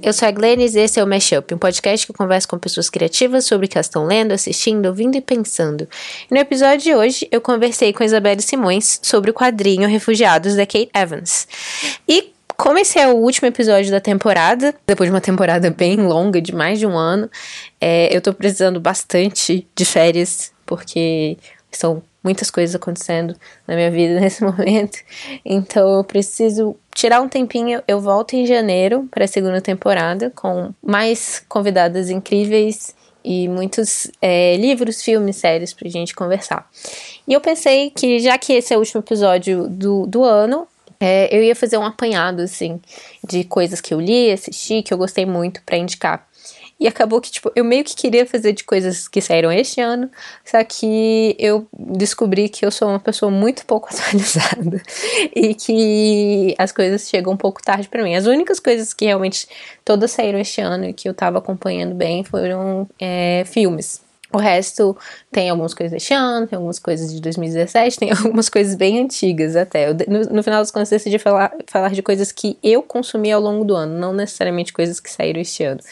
Eu sou a Glennis e esse é o Mashup, um podcast que eu converso com pessoas criativas sobre o que elas estão lendo, assistindo, ouvindo e pensando. E no episódio de hoje, eu conversei com a Isabelle Simões sobre o quadrinho Refugiados, da Kate Evans. E como esse é o último episódio da temporada, depois de uma temporada bem longa, de mais de um ano, eu tô precisando bastante de férias, porque são muitas coisas acontecendo na minha vida nesse momento. Então eu preciso tirar um tempinho. Eu volto em janeiro para a segunda temporada com mais convidadas incríveis e muitos livros, filmes, séries pra gente conversar. E eu pensei que, já que esse é o último episódio do ano, eu ia fazer um apanhado, assim, de coisas que eu li, assisti, que eu gostei muito pra indicar. E acabou que, eu meio que queria fazer de coisas que saíram este ano, só que eu descobri que eu sou uma pessoa muito pouco atualizada e que as coisas chegam um pouco tarde pra mim. As únicas coisas que realmente todas saíram este ano e que eu tava acompanhando bem foram filmes. O resto tem algumas coisas deste ano, tem algumas coisas de 2017, tem algumas coisas bem antigas até. No final das contas, decidi falar de coisas que eu consumi ao longo do ano, não necessariamente coisas que saíram este ano.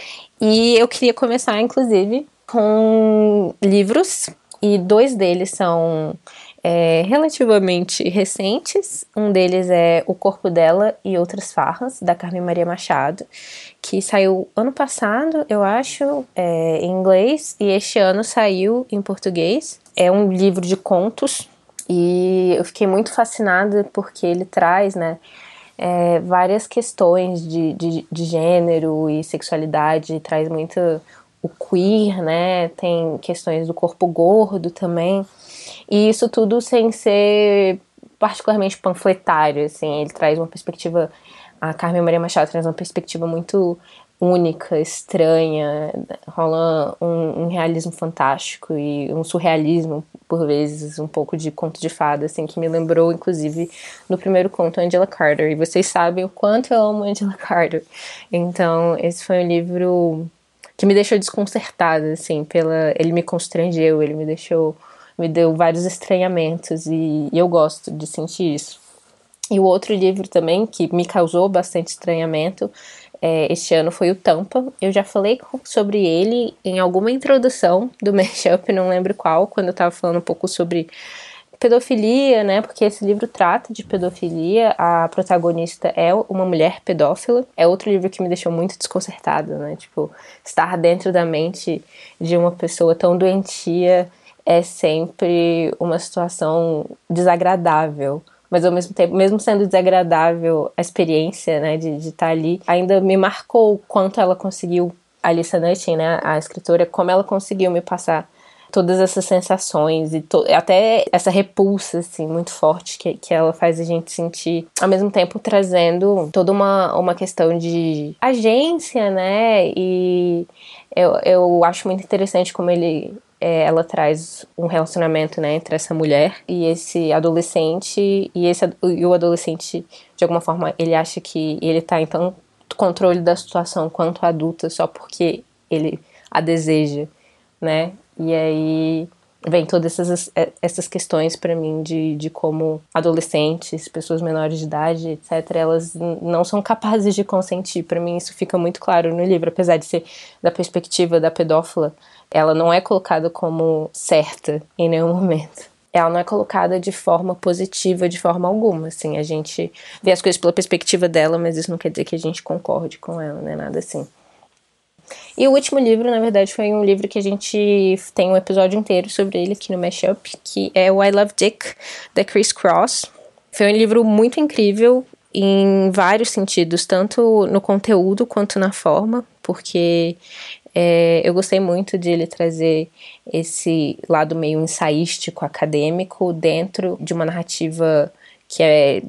E eu queria começar, inclusive, com livros, e dois deles são relativamente recentes. Um deles é O Corpo Dela e Outras Farras, da Carmen Maria Machado, que saiu ano passado, eu acho, em inglês, e este ano saiu em português. É um livro de contos, e eu fiquei muito fascinada porque ele traz, né, várias questões de gênero e sexualidade, traz muito o queer, né? Tem questões do corpo gordo também, e isso tudo sem ser particularmente panfletário, assim. Ele traz uma perspectiva, a Carmen Maria Machado traz uma perspectiva muito única, estranha, rola um realismo fantástico e um surrealismo, por vezes, um pouco de conto de fada, assim, que me lembrou, inclusive, no primeiro conto, Angela Carter, e vocês sabem o quanto eu amo Angela Carter. Então, esse foi um livro que me deixou desconcertada, assim, ele me constrangeu, ele me deu vários estranhamentos, e eu gosto de sentir isso. E o outro livro também, que me causou bastante estranhamento, este ano, foi o Tampa. Eu já falei sobre ele em alguma introdução do Mashup, não lembro qual, quando eu tava falando um pouco sobre pedofilia, né, porque esse livro trata de pedofilia, a protagonista é uma mulher pedófila. É outro livro que me deixou muito desconcertada, né, estar dentro da mente de uma pessoa tão doentia é sempre uma situação desagradável. Mas ao mesmo tempo, mesmo sendo desagradável a experiência, né, de estar ali, ainda me marcou o quanto ela conseguiu, a Lisa Nutting, né, a escritora, como ela conseguiu me passar todas essas sensações e até essa repulsa, assim, muito forte que ela faz a gente sentir, ao mesmo tempo trazendo toda uma questão de agência, né, e eu acho muito interessante como ela traz um relacionamento, né, entre essa mulher e esse adolescente, e o adolescente, de alguma forma, ele acha que ele tá em tanto controle da situação quanto adulta só porque ele a deseja, né, e aí vem todas essas questões pra mim de como adolescentes, pessoas menores de idade, etc., elas não são capazes de consentir. Pra mim isso fica muito claro no livro, apesar de ser da perspectiva da pedófila, ela não é colocada como certa em nenhum momento. Ela não é colocada de forma positiva de forma alguma, assim, a gente vê as coisas pela perspectiva dela, mas isso não quer dizer que a gente concorde com ela, né, nada assim. E o último livro, na verdade, foi um livro que a gente tem um episódio inteiro sobre ele aqui no Mashup, que é o I Love Dick, da Criss Cross. Foi um livro muito incrível em vários sentidos, tanto no conteúdo quanto na forma, porque eu gostei muito de ele trazer esse lado meio ensaístico, acadêmico, dentro de uma narrativa que é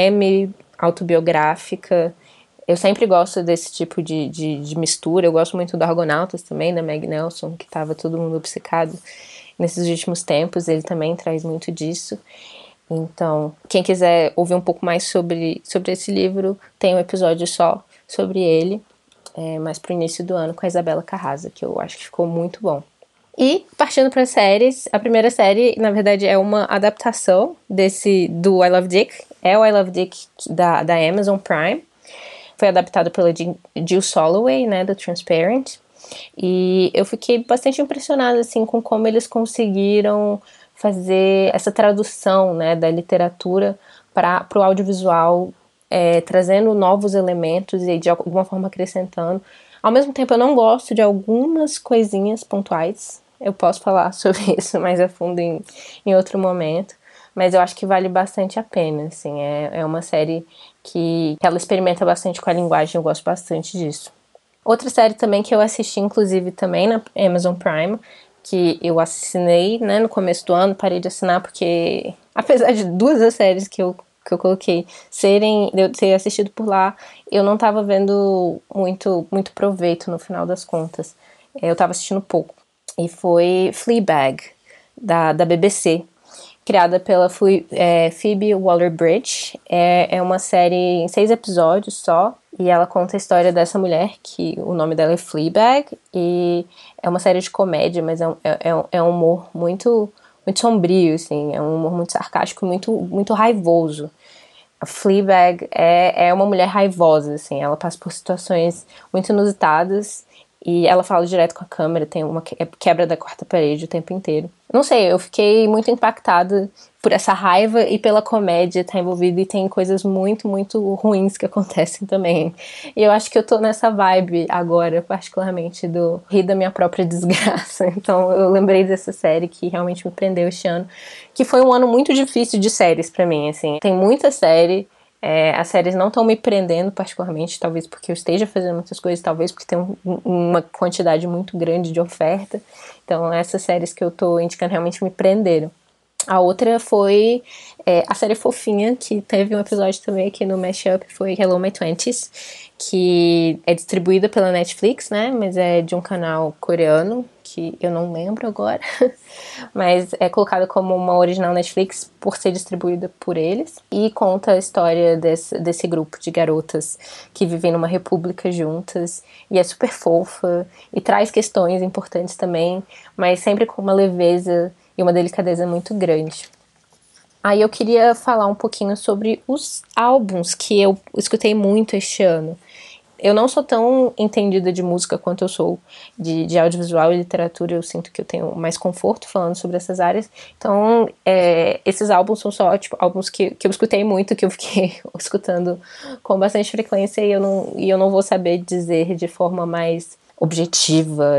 semi-autobiográfica. Eu sempre gosto desse tipo de mistura. Eu gosto muito do Argonautas também, da Meg Nelson, que estava todo mundo obcecado nesses últimos tempos. Ele também traz muito disso. Então, quem quiser ouvir um pouco mais sobre esse livro, tem um episódio só sobre ele, mais pro início do ano, com a Isabela Carrasa, que eu acho que ficou muito bom. E, partindo para séries, a primeira série, na verdade, é uma adaptação do I Love Dick. É o I Love Dick da Amazon Prime. Foi adaptado pela Jill Soloway, né, do Transparent. E eu fiquei bastante impressionada, assim, com como eles conseguiram fazer essa tradução, né, da literatura para o audiovisual, trazendo novos elementos e de alguma forma acrescentando. Ao mesmo tempo, eu não gosto de algumas coisinhas pontuais. Eu posso falar sobre isso mais a fundo em outro momento. Mas eu acho que vale bastante a pena, assim. É uma série que ela experimenta bastante com a linguagem, eu gosto bastante disso. Outra série também que eu assisti, inclusive, também na Amazon Prime, que eu assinei, né, no começo do ano, parei de assinar porque, apesar de duas das séries que eu coloquei de eu ter assistido por lá, eu não tava vendo muito proveito no final das contas. Eu tava assistindo pouco. E foi Fleabag, da BBC, criada pela Phoebe Waller-Bridge. É uma série em 6 episódios só, e ela conta a história dessa mulher, que o nome dela é Fleabag, e é uma série de comédia, mas é um humor muito sombrio, assim, é um humor muito sarcástico, muito raivoso. A Fleabag é uma mulher raivosa, assim, ela passa por situações muito inusitadas e ela fala direto com a câmera, tem uma quebra da quarta parede o tempo inteiro. Não sei, eu fiquei muito impactada por essa raiva e pela comédia estar envolvida, e tem coisas muito ruins que acontecem também. E eu acho que eu tô nessa vibe agora, particularmente do rir da minha própria desgraça. Então eu lembrei dessa série que realmente me prendeu este ano, que foi um ano muito difícil de séries pra mim, assim. Tem muita série. As séries não estão me prendendo particularmente, talvez porque eu esteja fazendo muitas coisas, talvez porque tem uma quantidade muito grande de oferta. Então essas séries que eu tô indicando realmente me prenderam. A outra foi a série fofinha, que teve um episódio também aqui no Mashup, foi Hello My Twenties, que é distribuída pela Netflix, né, mas é de um canal coreano, que eu não lembro agora, mas é colocada como uma original Netflix por ser distribuída por eles, e conta a história desse grupo de garotas que vivem numa república juntas, e é super fofa, e traz questões importantes também, mas sempre com uma leveza e uma delicadeza muito grande. Aí eu queria falar um pouquinho sobre os álbuns que eu escutei muito este ano. Eu não sou tão entendida de música quanto eu sou de audiovisual e literatura. Eu sinto que eu tenho mais conforto falando sobre essas áreas. Então, esses álbuns são só álbuns que eu escutei muito, que eu fiquei escutando com bastante frequência, e eu não vou saber dizer de forma mais objetiva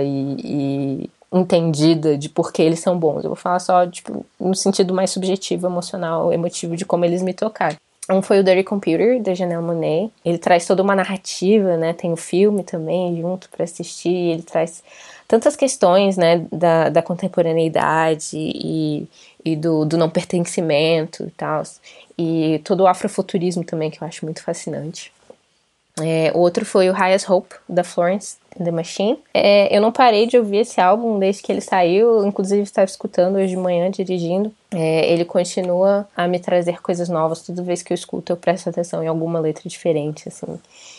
e entendida de por que eles são bons. Eu vou falar só no sentido mais subjetivo, emocional, emotivo, de como eles me tocaram. Um foi o Dirty Computer, da Janelle Monáe. Ele traz toda uma narrativa, né? Tem o filme também junto para assistir. Ele traz tantas questões, né? Da contemporaneidade e do não pertencimento e tal. E todo o afrofuturismo também, que eu acho muito fascinante. O outro foi o Highest Hope, da Florence and the Machine. Eu não parei de ouvir esse álbum desde que ele saiu, inclusive estava escutando hoje de manhã, dirigindo. Ele continua a me trazer coisas novas. Toda vez que eu escuto, eu presto atenção em alguma letra diferente, assim.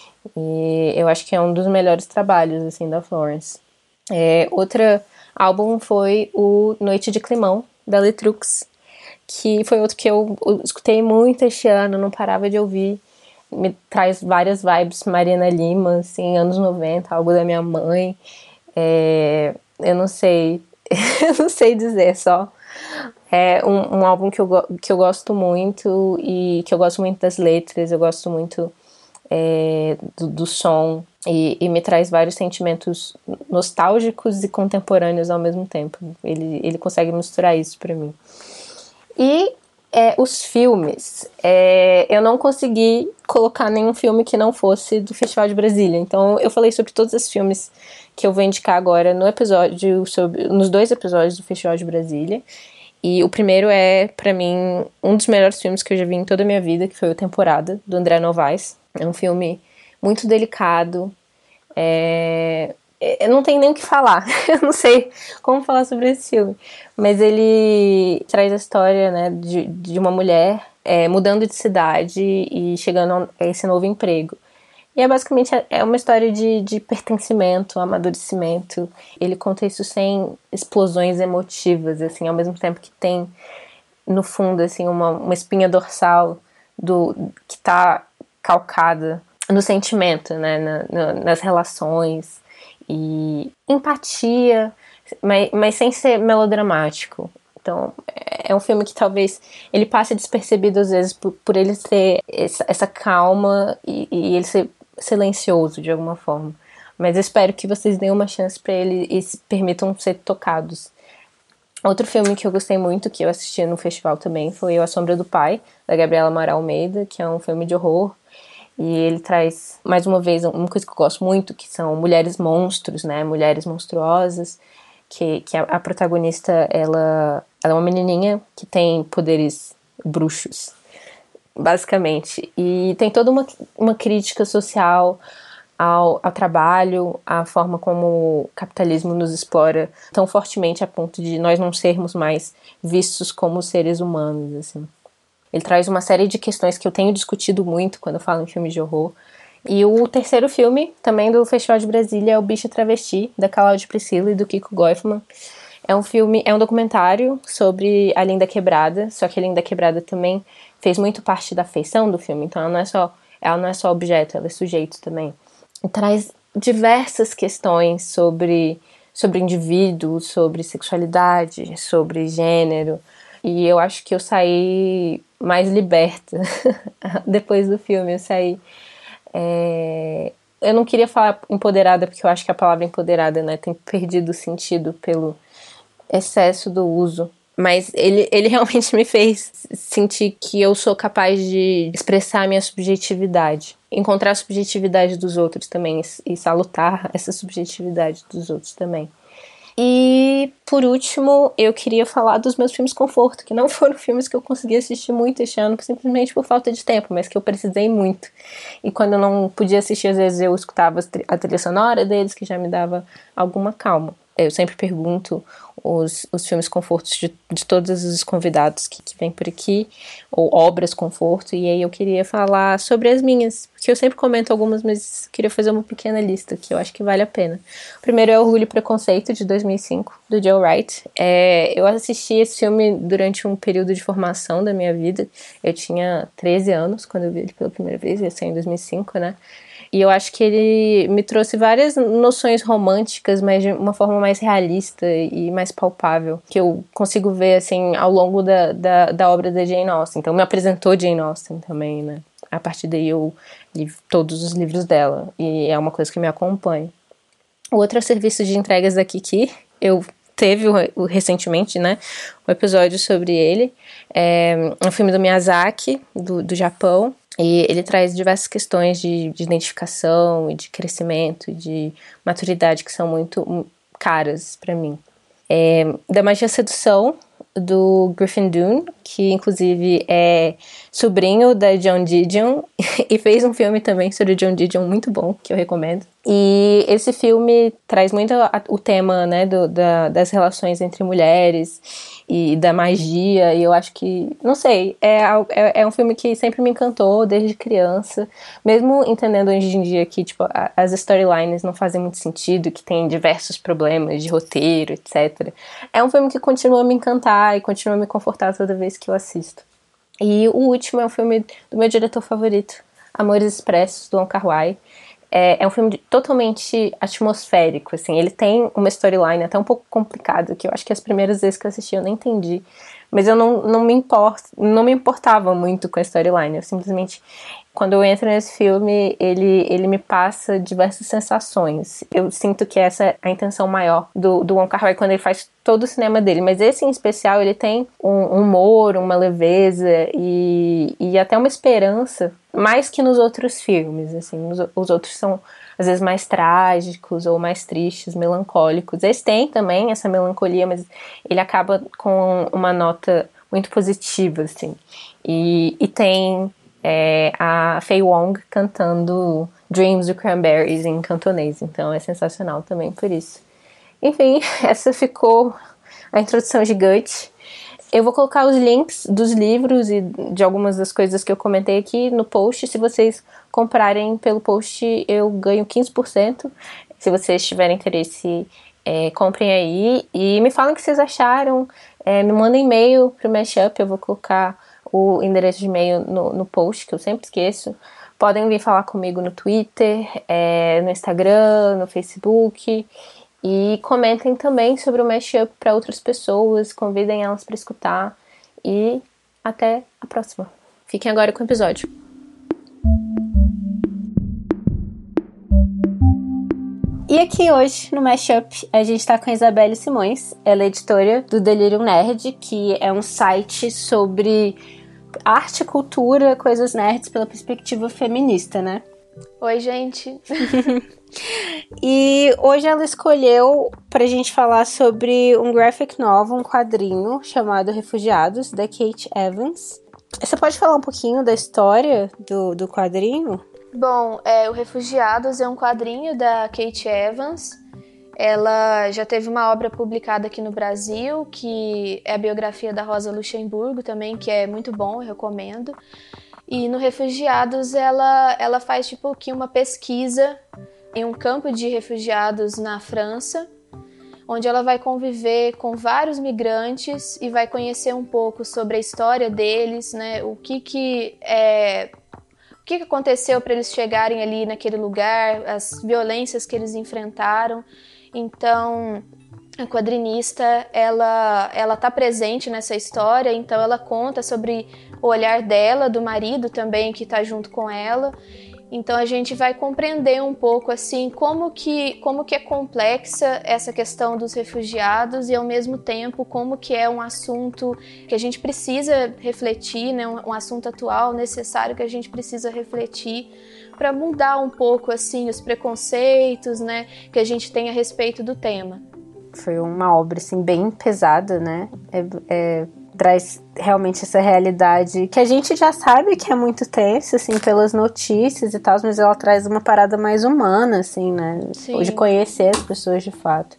E eu acho que é um dos melhores trabalhos, assim, da Florence. Outro álbum foi o Noite de Climão, da Letrux, que foi outro que eu escutei muito este ano, não parava de ouvir. Me traz várias vibes Mariana Lima, assim, anos 90, algo da minha mãe. Eu não sei, eu não sei dizer só. É um álbum que eu gosto muito, e que eu gosto muito das letras, eu gosto muito do som, e me traz vários sentimentos nostálgicos e contemporâneos ao mesmo tempo. Ele consegue misturar isso pra mim. E os filmes, eu não consegui colocar nenhum filme que não fosse do Festival de Brasília. Então eu falei sobre todos os filmes que eu vou indicar agora nos 2 episódios do Festival de Brasília. E o primeiro é, pra mim, um dos melhores filmes que eu já vi em toda a minha vida, que foi o Temporada, do André Novaes. É um filme muito delicado. Eu não tenho nem o que falar. Eu não sei como falar sobre esse filme. Mas ele traz a história, né, de uma mulher mudando de cidade e chegando a esse novo emprego. E basicamente uma história de pertencimento, amadurecimento. Ele conta isso sem explosões emotivas, assim, ao mesmo tempo que tem no fundo, assim, uma espinha dorsal que tá calcada no sentimento, né, nas relações, e empatia, mas sem ser melodramático. Então, é um filme que talvez ele passe despercebido às vezes por ele ter essa calma e ele ser silencioso de alguma forma. Mas eu espero que vocês deem uma chance pra ele e se permitam ser tocados. Outro filme que eu gostei muito, que eu assisti no festival também, foi A Sombra do Pai, da Gabriela Amaral Almeida, que é um filme de horror. E ele traz, mais uma vez, uma coisa que eu gosto muito, que são mulheres monstros, né? Mulheres monstruosas. Que a protagonista, ela é uma menininha que tem poderes bruxos, basicamente. E tem toda uma crítica social ao trabalho, à forma como o capitalismo nos explora tão fortemente a ponto de nós não sermos mais vistos como seres humanos, assim. Ele traz uma série de questões que eu tenho discutido muito quando eu falo em filmes de horror. E o terceiro filme, também do Festival de Brasília, é O Bicho Travesti, da Cláudia Priscilla e do Kiko Goifman. É um documentário sobre a Linda Quebrada, só que a Linda Quebrada também fez muito parte da feição do filme, então ela não é só objeto, ela é sujeito também. E traz diversas questões sobre indivíduos, sobre sexualidade, sobre gênero, e eu acho que eu saí mais liberta depois do filme. Eu não queria falar empoderada, porque eu acho que a palavra empoderada, né, tem perdido o sentido pelo excesso do uso. Mas ele realmente me fez sentir que eu sou capaz de expressar a minha subjetividade. Encontrar a subjetividade dos outros também e salutar essa subjetividade dos outros também. E, por último, eu queria falar dos meus filmes conforto, que não foram filmes que eu consegui assistir muito este ano, simplesmente por falta de tempo, mas que eu precisei muito. E quando eu não podia assistir, às vezes eu escutava a trilha sonora deles, que já me dava alguma calma. Eu sempre pergunto os filmes confortos de todos os convidados que vêm por aqui, ou obras conforto, e aí eu queria falar sobre as minhas, porque eu sempre comento algumas, mas queria fazer uma pequena lista, que eu acho que vale a pena. O primeiro é Orgulho e Preconceito, de 2005, do Joe Wright. Eu assisti esse filme durante um período de formação da minha vida. Eu tinha 13 anos quando eu vi ele pela primeira vez, ia ser em 2005, né? E eu acho que ele me trouxe várias noções românticas, mas de uma forma mais realista e mais palpável, que eu consigo ver, assim, ao longo da obra da Jane Austen. Então, me apresentou Jane Austen também, né? A partir daí eu li todos os livros dela, e é uma coisa que me acompanha. O outro é o Serviço de Entregas da Kiki. Eu teve recentemente, né, um episódio sobre ele. É um filme do Miyazaki, do Japão. E ele traz diversas questões de identificação e de crescimento e de maturidade que são muito caras pra mim. Da Magia Sedução, do Griffin Dunne, que inclusive é sobrinho da Joan Didion e fez um filme também sobre Joan Didion muito bom, que eu recomendo. E esse filme traz muito o tema, né, das relações entre mulheres e da magia, e eu acho que, não sei, é um filme que sempre me encantou desde criança, mesmo entendendo hoje em dia que, tipo, as storylines não fazem muito sentido, que tem diversos problemas de roteiro, etc. É um filme que continua a me encantar e continua a me confortar toda vez que eu assisto. E o último é um filme do meu diretor favorito, Amores Expressos, do Wong Kar-wai. É um filme totalmente atmosférico, assim. Ele tem uma storyline até um pouco complicada, que eu acho que as primeiras vezes que eu assisti eu nem entendi. Mas eu não me importava muito com a storyline. Eu simplesmente, quando eu entro nesse filme, ele me passa diversas sensações. Eu sinto que essa é a intenção maior do Wong Kar-wai quando ele faz todo o cinema dele. Mas esse em especial, ele tem um humor, uma leveza e até uma esperança, mais que nos outros filmes, assim. Os outros são, às vezes, mais trágicos ou mais tristes, melancólicos. Esse tem também essa melancolia, mas ele acaba com uma nota muito positiva, assim. E tem a Faye Wong cantando Dreams do Cranberries em cantonês, então é sensacional também por isso. Enfim, essa ficou a introdução gigante. Eu vou colocar os links dos livros e de algumas das coisas que eu comentei aqui no post. Se vocês comprarem pelo post, eu ganho 15%. Se vocês tiverem interesse, comprem aí. E me falem o que vocês acharam. Me mandem e-mail pro Mashup. Eu vou colocar o endereço de e-mail no post, que eu sempre esqueço. podem vir falar comigo no Twitter, no Instagram, no Facebook. E comentem também sobre o Mashup para outras pessoas, convidem elas para escutar. E até a próxima. Fiquem agora com o episódio. E aqui hoje, no Mashup, a gente tá com a Isabelle Simões. Ela é editora do Delirium Nerd, que é um site sobre arte, cultura, coisas nerds pela perspectiva feminista, né? Oi, gente! E hoje ela escolheu pra gente falar sobre um graphic novel, um quadrinho chamado Refugiados, da Kate Evans. Você pode falar um pouquinho da história do quadrinho? Bom, o Refugiados é um quadrinho da Kate Evans. Ela já teve uma obra publicada aqui no Brasil, que é a biografia da Rosa Luxemburgo também, que é muito bom, eu recomendo. E no Refugiados ela faz tipo que uma pesquisa em um campo de refugiados na França, onde ela vai conviver com vários migrantes e vai conhecer um pouco sobre a história deles, né? O que aconteceu para eles chegarem ali naquele lugar, as violências que eles enfrentaram. Então, a quadrinista, ela tá presente nessa história, então ela conta sobre o olhar dela, do marido também, que tá junto com ela. Então a gente vai compreender um pouco assim como que é complexa essa questão dos refugiados e ao mesmo tempo como que é um assunto que a gente precisa refletir, né? Um assunto atual, necessário, que a gente precisa refletir para mudar um pouco assim os preconceitos, né, que a gente tem a respeito do tema. Foi uma obra assim bem pesada, né? Traz realmente essa realidade que a gente já sabe que é muito tensa, assim, pelas notícias e tal, mas ela traz uma parada mais humana, assim, né? Sim. De conhecer as pessoas de fato.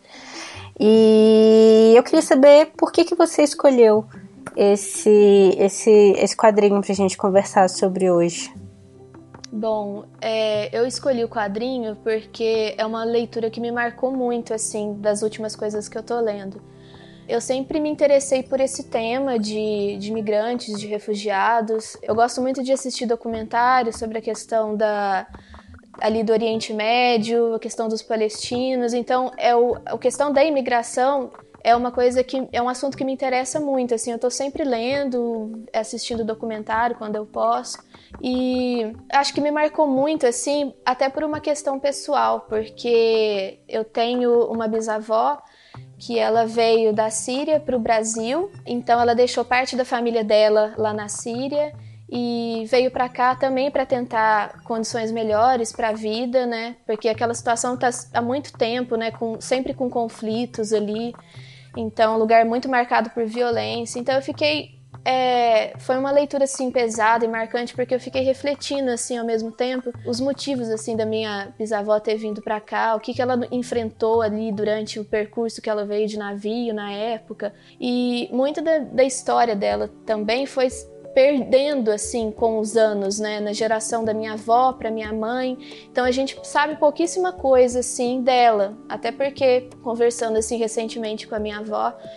E eu queria saber por que você escolheu esse quadrinho pra gente conversar sobre hoje. Bom, eu escolhi o quadrinho porque é uma leitura que me marcou muito, assim, das últimas coisas que eu tô lendo. Eu sempre me interessei por esse tema de imigrantes, de refugiados. Eu gosto muito de assistir documentários sobre a questão ali do Oriente Médio, a questão dos palestinos. Então, a questão da imigração é uma coisa que é um assunto que me interessa muito. Assim, eu tô sempre lendo, assistindo documentário quando eu posso. E acho que me marcou muito, assim, até por uma questão pessoal, porque eu tenho uma bisavó que ela veio da Síria para o Brasil, então ela deixou parte da família dela lá na Síria e veio para cá também para tentar condições melhores para a vida, né? Porque aquela situação está há muito tempo, né? Sempre com conflitos ali, então um lugar muito marcado por violência. Então eu fiquei foi uma leitura assim pesada e marcante porque eu fiquei refletindo assim ao mesmo tempo os motivos assim da minha bisavó ter vindo para cá, o que ela enfrentou ali durante o percurso que ela veio de navio na época, e muito da história dela também foi perdendo assim com os anos, né, na geração da minha avó para minha mãe. Então a gente sabe pouquíssima coisa assim dela, até porque conversando assim recentemente com a minha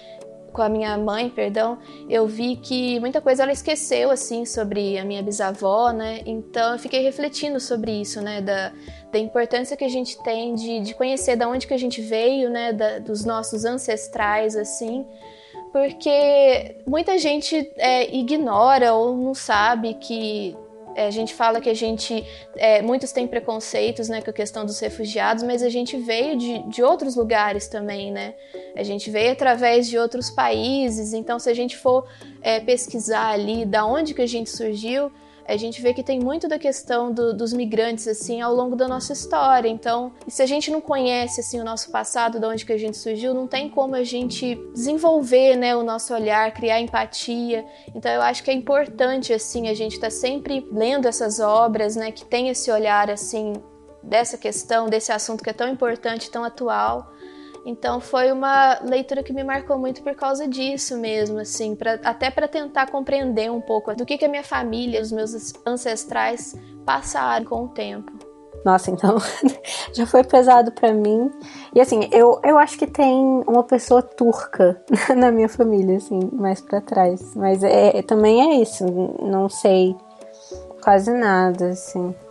mãe, eu vi que muita coisa ela esqueceu, assim, sobre a minha bisavó, né? Então eu fiquei refletindo sobre isso, né? Da importância que a gente tem de conhecer de onde que a gente veio, né? Dos nossos ancestrais, assim. Porque muita gente ignora ou não sabe que a gente fala que muitos têm preconceitos, né, com a questão dos refugiados, mas a gente veio de outros lugares também, né? A gente veio através de outros países, então se a gente for pesquisar ali da onde que a gente surgiu, a gente vê que tem muito da questão dos migrantes, assim, ao longo da nossa história. Então, se a gente não conhece, assim, o nosso passado, de onde que a gente surgiu, não tem como a gente desenvolver, né, o nosso olhar, criar empatia. Então, eu acho que é importante, assim, a gente estar sempre lendo essas obras, né, que tem esse olhar, assim, dessa questão, desse assunto que é tão importante, tão atual. Então foi uma leitura que me marcou muito por causa disso mesmo, assim, até para tentar compreender um pouco do que a minha família, os meus ancestrais passaram com o tempo. Nossa, então já foi pesado pra mim. E assim, eu acho que tem uma pessoa turca na minha família, assim, mais pra trás. Mas também é isso, não sei quase nada, assim.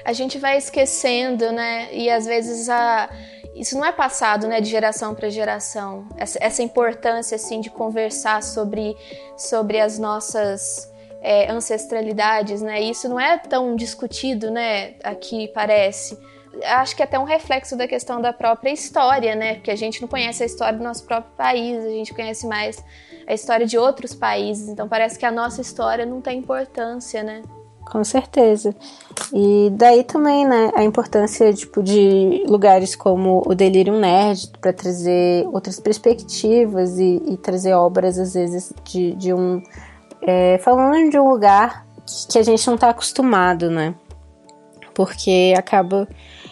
a gente vai esquecendo, né? E às vezes isso não é passado, né, de geração para geração. Essa importância, assim, de conversar sobre as nossas ancestralidades, né? Isso não é tão discutido, né, aqui parece. Acho que é até um reflexo da questão da própria história, né? Porque a gente não conhece a história do nosso próprio país, a gente conhece mais a história de outros países. Então parece que a nossa história não tem importância, né? Com certeza. E daí também, né, a importância tipo, de lugares como o Delirium Nerd para trazer outras perspectivas e trazer obras, às vezes, de um... falando de um lugar que a gente não está acostumado, né? Porque acaba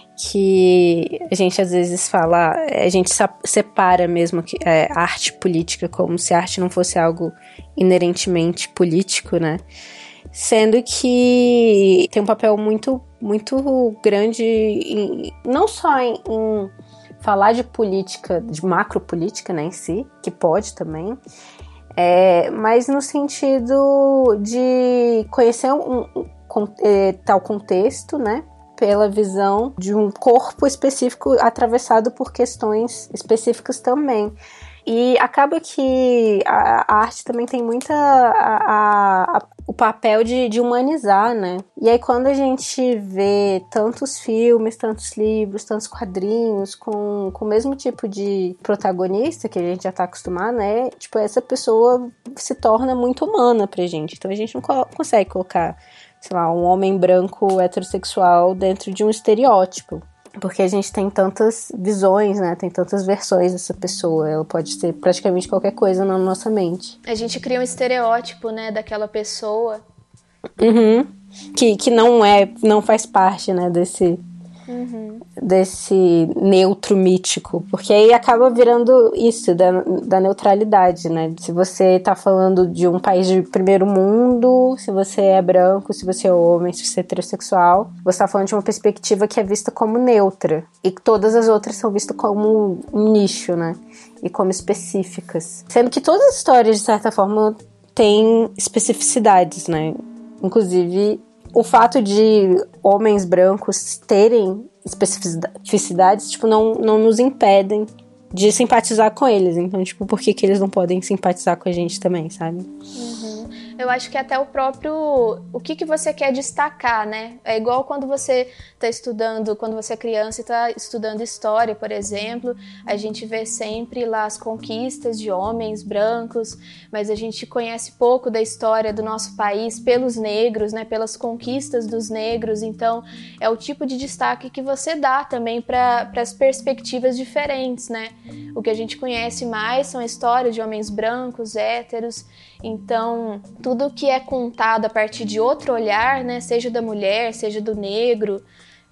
que a gente às vezes fala, a gente separa mesmo arte política como se a arte não fosse algo inerentemente político, né? Sendo que tem um papel muito, muito grande, não só em falar de política, de macropolítica, né, em si, que pode também, mas no sentido de conhecer tal contexto, né, pela visão de um corpo específico atravessado por questões específicas também. E acaba que a arte também tem muito o papel de humanizar, né? E aí quando a gente vê tantos filmes, tantos livros, tantos quadrinhos com o mesmo tipo de protagonista que a gente já tá acostumado, né? Tipo, essa pessoa se torna muito humana pra gente. Então a gente não consegue colocar, sei lá, um homem branco heterossexual dentro de um estereótipo. Porque a gente tem tantas visões, né? Tem tantas versões dessa pessoa. Ela pode ser praticamente qualquer coisa na nossa mente. A gente cria um estereótipo, né, daquela pessoa. Uhum. Que não faz parte, né, desse neutro mítico. Porque aí acaba virando isso, da neutralidade, né? Se você tá falando de um país de primeiro mundo, se você é branco, se você é homem, se você é heterossexual, você tá falando de uma perspectiva que é vista como neutra. E todas as outras são vistas como um nicho, né? E como específicas. Sendo que todas as histórias, de certa forma, têm especificidades, né? Inclusive, o fato de homens brancos terem especificidades, tipo, não nos impedem de simpatizar com eles. Então, tipo, por que eles não podem simpatizar com a gente também, sabe? Eu acho que até o próprio... O que você quer destacar, né? É igual quando você está estudando, quando você é criança e está estudando história, por exemplo, a gente vê sempre lá as conquistas de homens brancos, mas a gente conhece pouco da história do nosso país pelos negros, né? Pelas conquistas dos negros. Então, é o tipo de destaque que você dá também para as perspectivas diferentes, né? O que a gente conhece mais são a história de homens brancos, héteros. Então, tudo que é contado a partir de outro olhar, né, seja da mulher, seja do negro,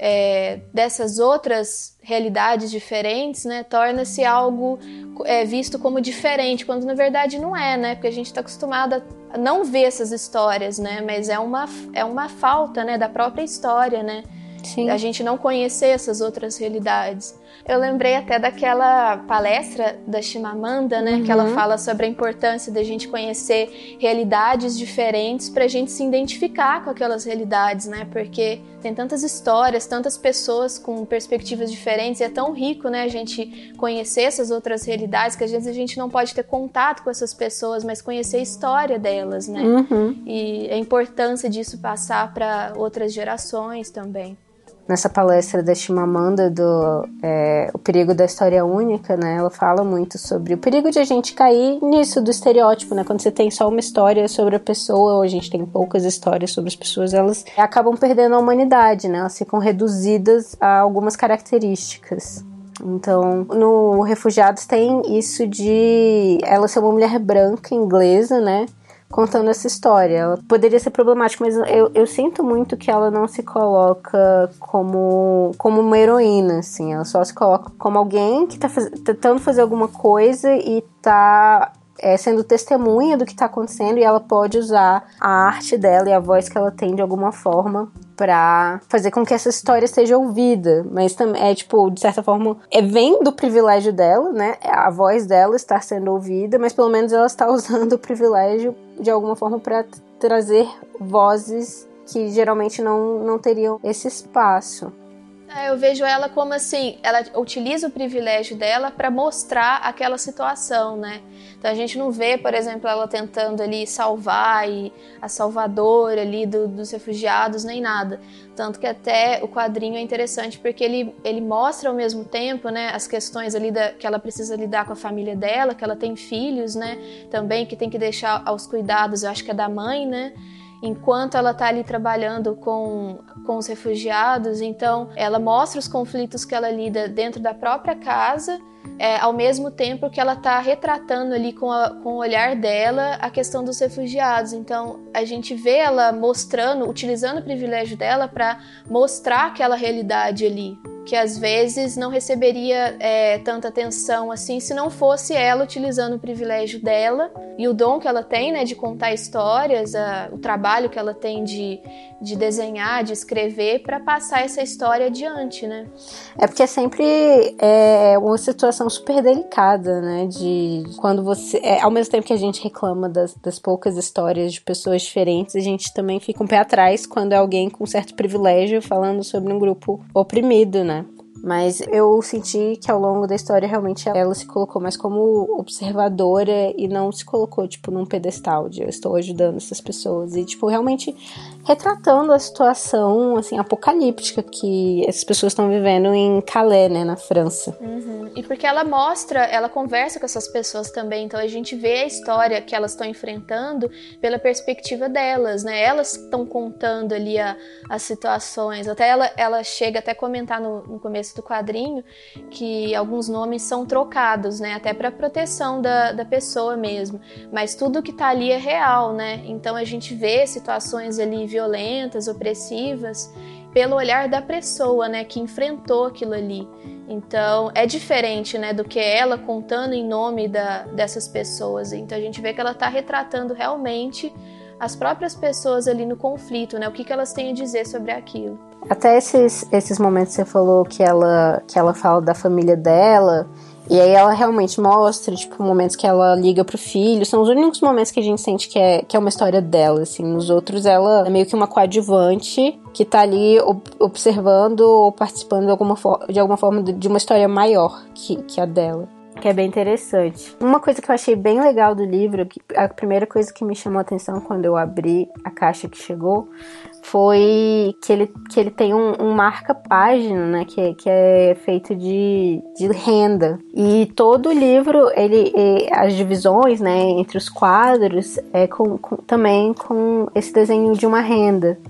dessas outras realidades diferentes, né, torna-se algo visto como diferente, quando na verdade não é, né, porque a gente está acostumado a não ver essas histórias, né, mas é uma falta, né, da própria história, né. Sim. A gente não conhecer essas outras realidades. Eu lembrei até daquela palestra da Chimamanda, né? Que ela fala sobre a importância da gente conhecer realidades diferentes pra gente se identificar com aquelas realidades, né? Porque tem tantas histórias, tantas pessoas com perspectivas diferentes e é tão rico, né? A gente conhecer essas outras realidades que às vezes a gente não pode ter contato com essas pessoas, mas conhecer a história delas, né? E a importância disso passar para outras gerações também. Nessa palestra da Chimamanda o perigo da história única, né, ela fala muito sobre o perigo de a gente cair nisso do estereótipo, né, quando você tem só uma história sobre a pessoa, ou a gente tem poucas histórias sobre as pessoas, elas acabam perdendo a humanidade, né, elas ficam reduzidas a algumas características. Então, no Refugiados tem isso de ela ser uma mulher branca, inglesa, né, contando essa história. Ela poderia ser problemática, mas eu sinto muito que ela não se coloca como uma heroína, assim. Ela só se coloca como alguém que tá tentando fazer alguma coisa e tá sendo testemunha do que tá acontecendo, e ela pode usar a arte dela e a voz que ela tem de alguma forma pra fazer com que essa história seja ouvida, mas também tipo, de certa forma, vem do privilégio dela, né, a voz dela estar sendo ouvida, mas pelo menos ela está usando o privilégio de alguma forma para trazer vozes que geralmente não teriam esse espaço. Eu vejo ela como assim, ela utiliza o privilégio dela para mostrar aquela situação, né? Então a gente não vê, por exemplo, ela tentando ali salvar a salvadora ali dos refugiados, nem nada. Tanto que até o quadrinho é interessante porque ele mostra ao mesmo tempo, né, as questões ali que ela precisa lidar com a família dela, que ela tem filhos, né? Também que tem que deixar aos cuidados, eu acho que é da mãe, né? Enquanto ela está ali trabalhando com os refugiados, então ela mostra os conflitos que ela lida dentro da própria casa, ao mesmo tempo que ela está retratando ali com o olhar dela a questão dos refugiados. Então a gente vê ela mostrando, utilizando o privilégio dela para mostrar aquela realidade ali, que às vezes não receberia tanta atenção assim se não fosse ela utilizando o privilégio dela e o dom que ela tem, né, de contar histórias, o trabalho que ela tem de desenhar, de escrever, para passar essa história adiante, né? É porque é sempre uma situação super delicada, né, de quando você... ao mesmo tempo que a gente reclama das poucas histórias de pessoas diferentes, a gente também fica um pé atrás quando é alguém com certo privilégio falando sobre um grupo oprimido, né? Mas eu senti que ao longo da história realmente ela se colocou mais como observadora e não se colocou, tipo, num pedestal de eu estou ajudando essas pessoas. E, tipo, realmente retratando a situação, assim, apocalíptica que essas pessoas estão vivendo em Calais, né, na França. Uhum. E porque ela conversa com essas pessoas também, então a gente vê a história que elas estão enfrentando pela perspectiva delas, né? Elas estão contando ali as situações. Até ela chega até a comentar no começo do quadrinho que alguns nomes são trocados, né, até para proteção da pessoa mesmo, mas tudo que tá ali é real, né? Então a gente vê situações ali violentas, opressivas, pelo olhar da pessoa, né, que enfrentou aquilo ali. Então é diferente, né, do que ela contando em nome dessas pessoas. Então a gente vê que ela tá retratando realmente as próprias pessoas ali no conflito, né, o que elas têm a dizer sobre aquilo. Até esses momentos que você falou que ela fala da família dela, e aí ela realmente mostra, tipo, momentos que ela liga pro filho, são os únicos momentos que a gente sente que é uma história dela, assim. Nos outros, ela é meio que uma coadjuvante que tá ali observando ou participando de alguma forma de uma história maior que a dela. Que é bem interessante. Uma coisa que eu achei bem legal do livro, a primeira coisa que me chamou a atenção quando eu abri a caixa que chegou, foi que ele tem um marca-página, né, que é feito de renda. E todo o livro, as divisões, né, entre os quadros, também com esse desenho de uma renda.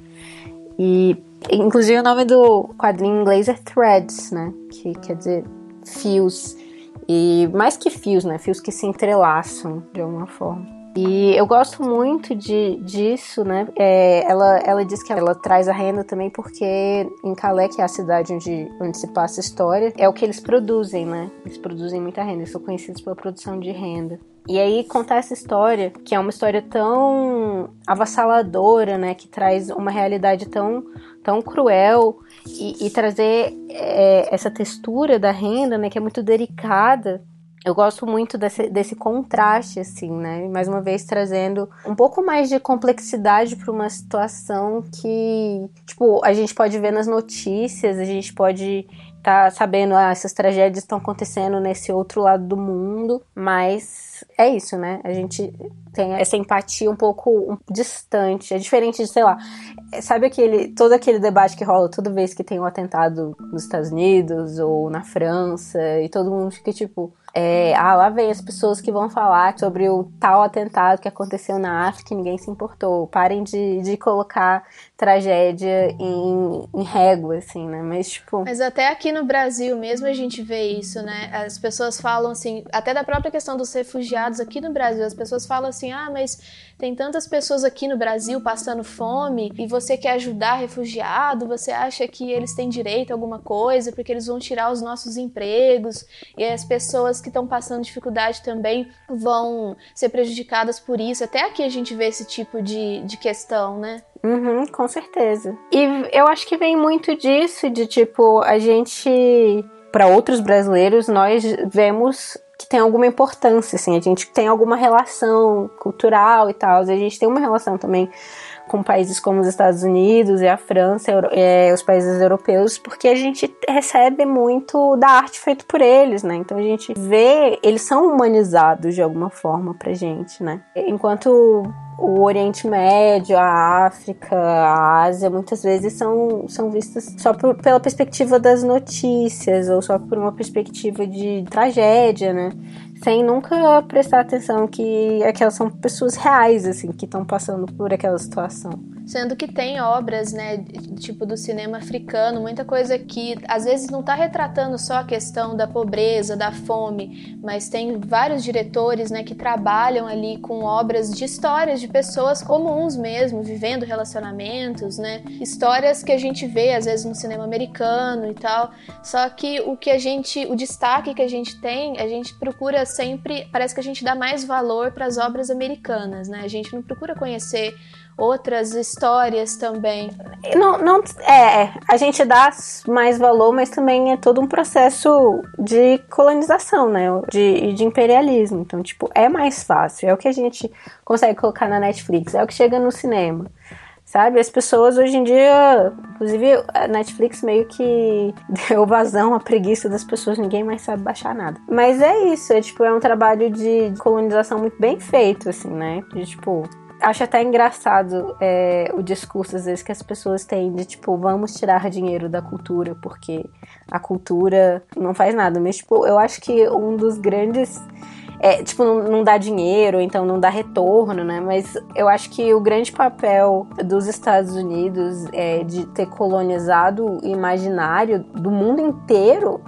E, inclusive, o nome do quadrinho em inglês é Threads, né, que quer dizer fios. E mais que fios, né? Fios que se entrelaçam de alguma forma. E eu gosto muito disso, né? Ela diz que ela traz a renda também porque em Calais, que é a cidade onde se passa a história, é o que eles produzem, né? Eles produzem muita renda, eles são conhecidos pela produção de renda. E aí contar essa história, que é uma história tão avassaladora, né? Que traz uma realidade tão cruel e trazer essa textura da renda, né? Que é muito delicada. Eu gosto muito desse contraste, assim, né? Mais uma vez trazendo um pouco mais de complexidade para uma situação que, tipo, a gente pode ver nas notícias, a gente pode estar sabendo, essas tragédias estão acontecendo nesse outro lado do mundo, mas é isso, né? A gente tem essa empatia um pouco distante. É diferente de, sei lá, sabe todo aquele debate que rola toda vez que tem um atentado nos Estados Unidos ou na França e todo mundo fica tipo... lá vem as pessoas que vão falar sobre o tal atentado que aconteceu na África e ninguém se importou. Parem de colocar tragédia em régua, assim, né? Mas até aqui no Brasil mesmo a gente vê isso, né? As pessoas falam assim, até da própria questão dos refugiados aqui no Brasil, as pessoas falam assim, mas tem tantas pessoas aqui no Brasil passando fome e você quer ajudar refugiado, você acha que eles têm direito a alguma coisa porque eles vão tirar os nossos empregos e as pessoas que estão passando dificuldade também vão ser prejudicadas por isso. Até aqui a gente vê esse tipo de questão, né? Uhum, com certeza. E eu acho que vem muito disso, de tipo, a gente, para outros brasileiros, nós vemos que tem alguma importância, assim, a gente tem alguma relação cultural e tal, a gente tem uma relação também com países como os Estados Unidos e a França, os países europeus, porque a gente recebe muito da arte feita por eles, né? Então a gente vê, eles são humanizados de alguma forma pra gente, né? Enquanto o Oriente Médio, a África, a Ásia, muitas vezes são vistas só pela perspectiva das notícias, ou só por uma perspectiva de tragédia, né? Sem nunca prestar atenção que aquelas são pessoas reais, assim, que estão passando por aquela situação. Sendo que tem obras, né, tipo do cinema africano, muita coisa que às vezes não está retratando só a questão da pobreza, da fome, mas tem vários diretores, né, que trabalham ali com obras de histórias de pessoas comuns mesmo, vivendo relacionamentos, né, histórias que a gente vê às vezes no cinema americano e tal, só que o destaque que a gente tem, a gente procura sempre, parece que a gente dá mais valor para as obras americanas, né, a gente não procura conhecer outras histórias também. A gente dá mais valor, mas também é todo um processo de colonização, né? De imperialismo. Então, tipo, é mais fácil. É o que a gente consegue colocar na Netflix. É o que chega no cinema. Sabe? As pessoas hoje em dia, inclusive a Netflix meio que deu vazão à preguiça das pessoas, ninguém mais sabe baixar nada. Mas é isso, é um trabalho de colonização muito bem feito, assim, né? De, tipo, acho até engraçado o discurso, às vezes, que as pessoas têm de, tipo, vamos tirar dinheiro da cultura, porque a cultura não faz nada. Mas, tipo, eu acho que um dos grandes... não dá dinheiro, então não dá retorno, né? Mas eu acho que o grande papel dos Estados Unidos de ter colonizado o imaginário do mundo inteiro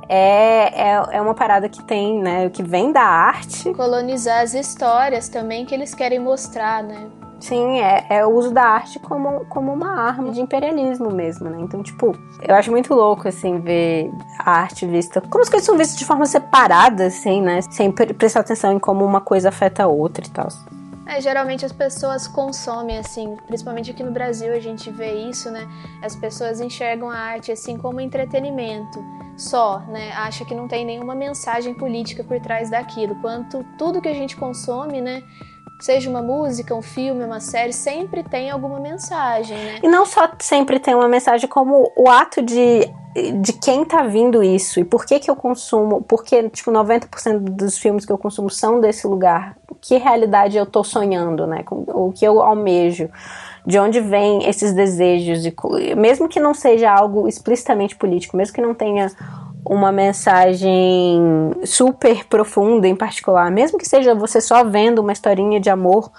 é uma parada que tem, né? Que vem da arte. Colonizar as histórias também que eles querem mostrar, né? Sim, é o uso da arte como uma arma de imperialismo mesmo, né? Então, tipo, eu acho muito louco, assim, ver a arte vista... Como as coisas são vistas de forma separada, assim, né? Sem prestar atenção em como uma coisa afeta a outra e tal. Geralmente as pessoas consomem, assim, principalmente aqui no Brasil a gente vê isso, né? As pessoas enxergam a arte, assim, como entretenimento só, né? Acha que não tem nenhuma mensagem política por trás daquilo. Quanto tudo que a gente consome, né? Seja uma música, um filme, uma série, sempre tem alguma mensagem, né? E não só sempre tem uma mensagem, como o ato de quem tá vindo isso e por que eu consumo, porque, tipo, 90% dos filmes que eu consumo são desse lugar. Que realidade eu tô sonhando, né? O que eu almejo. De onde vem esses desejos, mesmo que não seja algo explicitamente político, mesmo que não tenha uma mensagem super profunda em particular, mesmo que seja você só vendo uma historinha de amor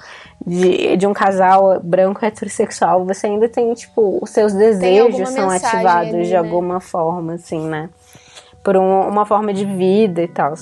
de um casal branco heterossexual, você ainda tem, tipo, os seus desejos são ativados ali, de alguma forma, assim, né? Por uma forma de vida e tal.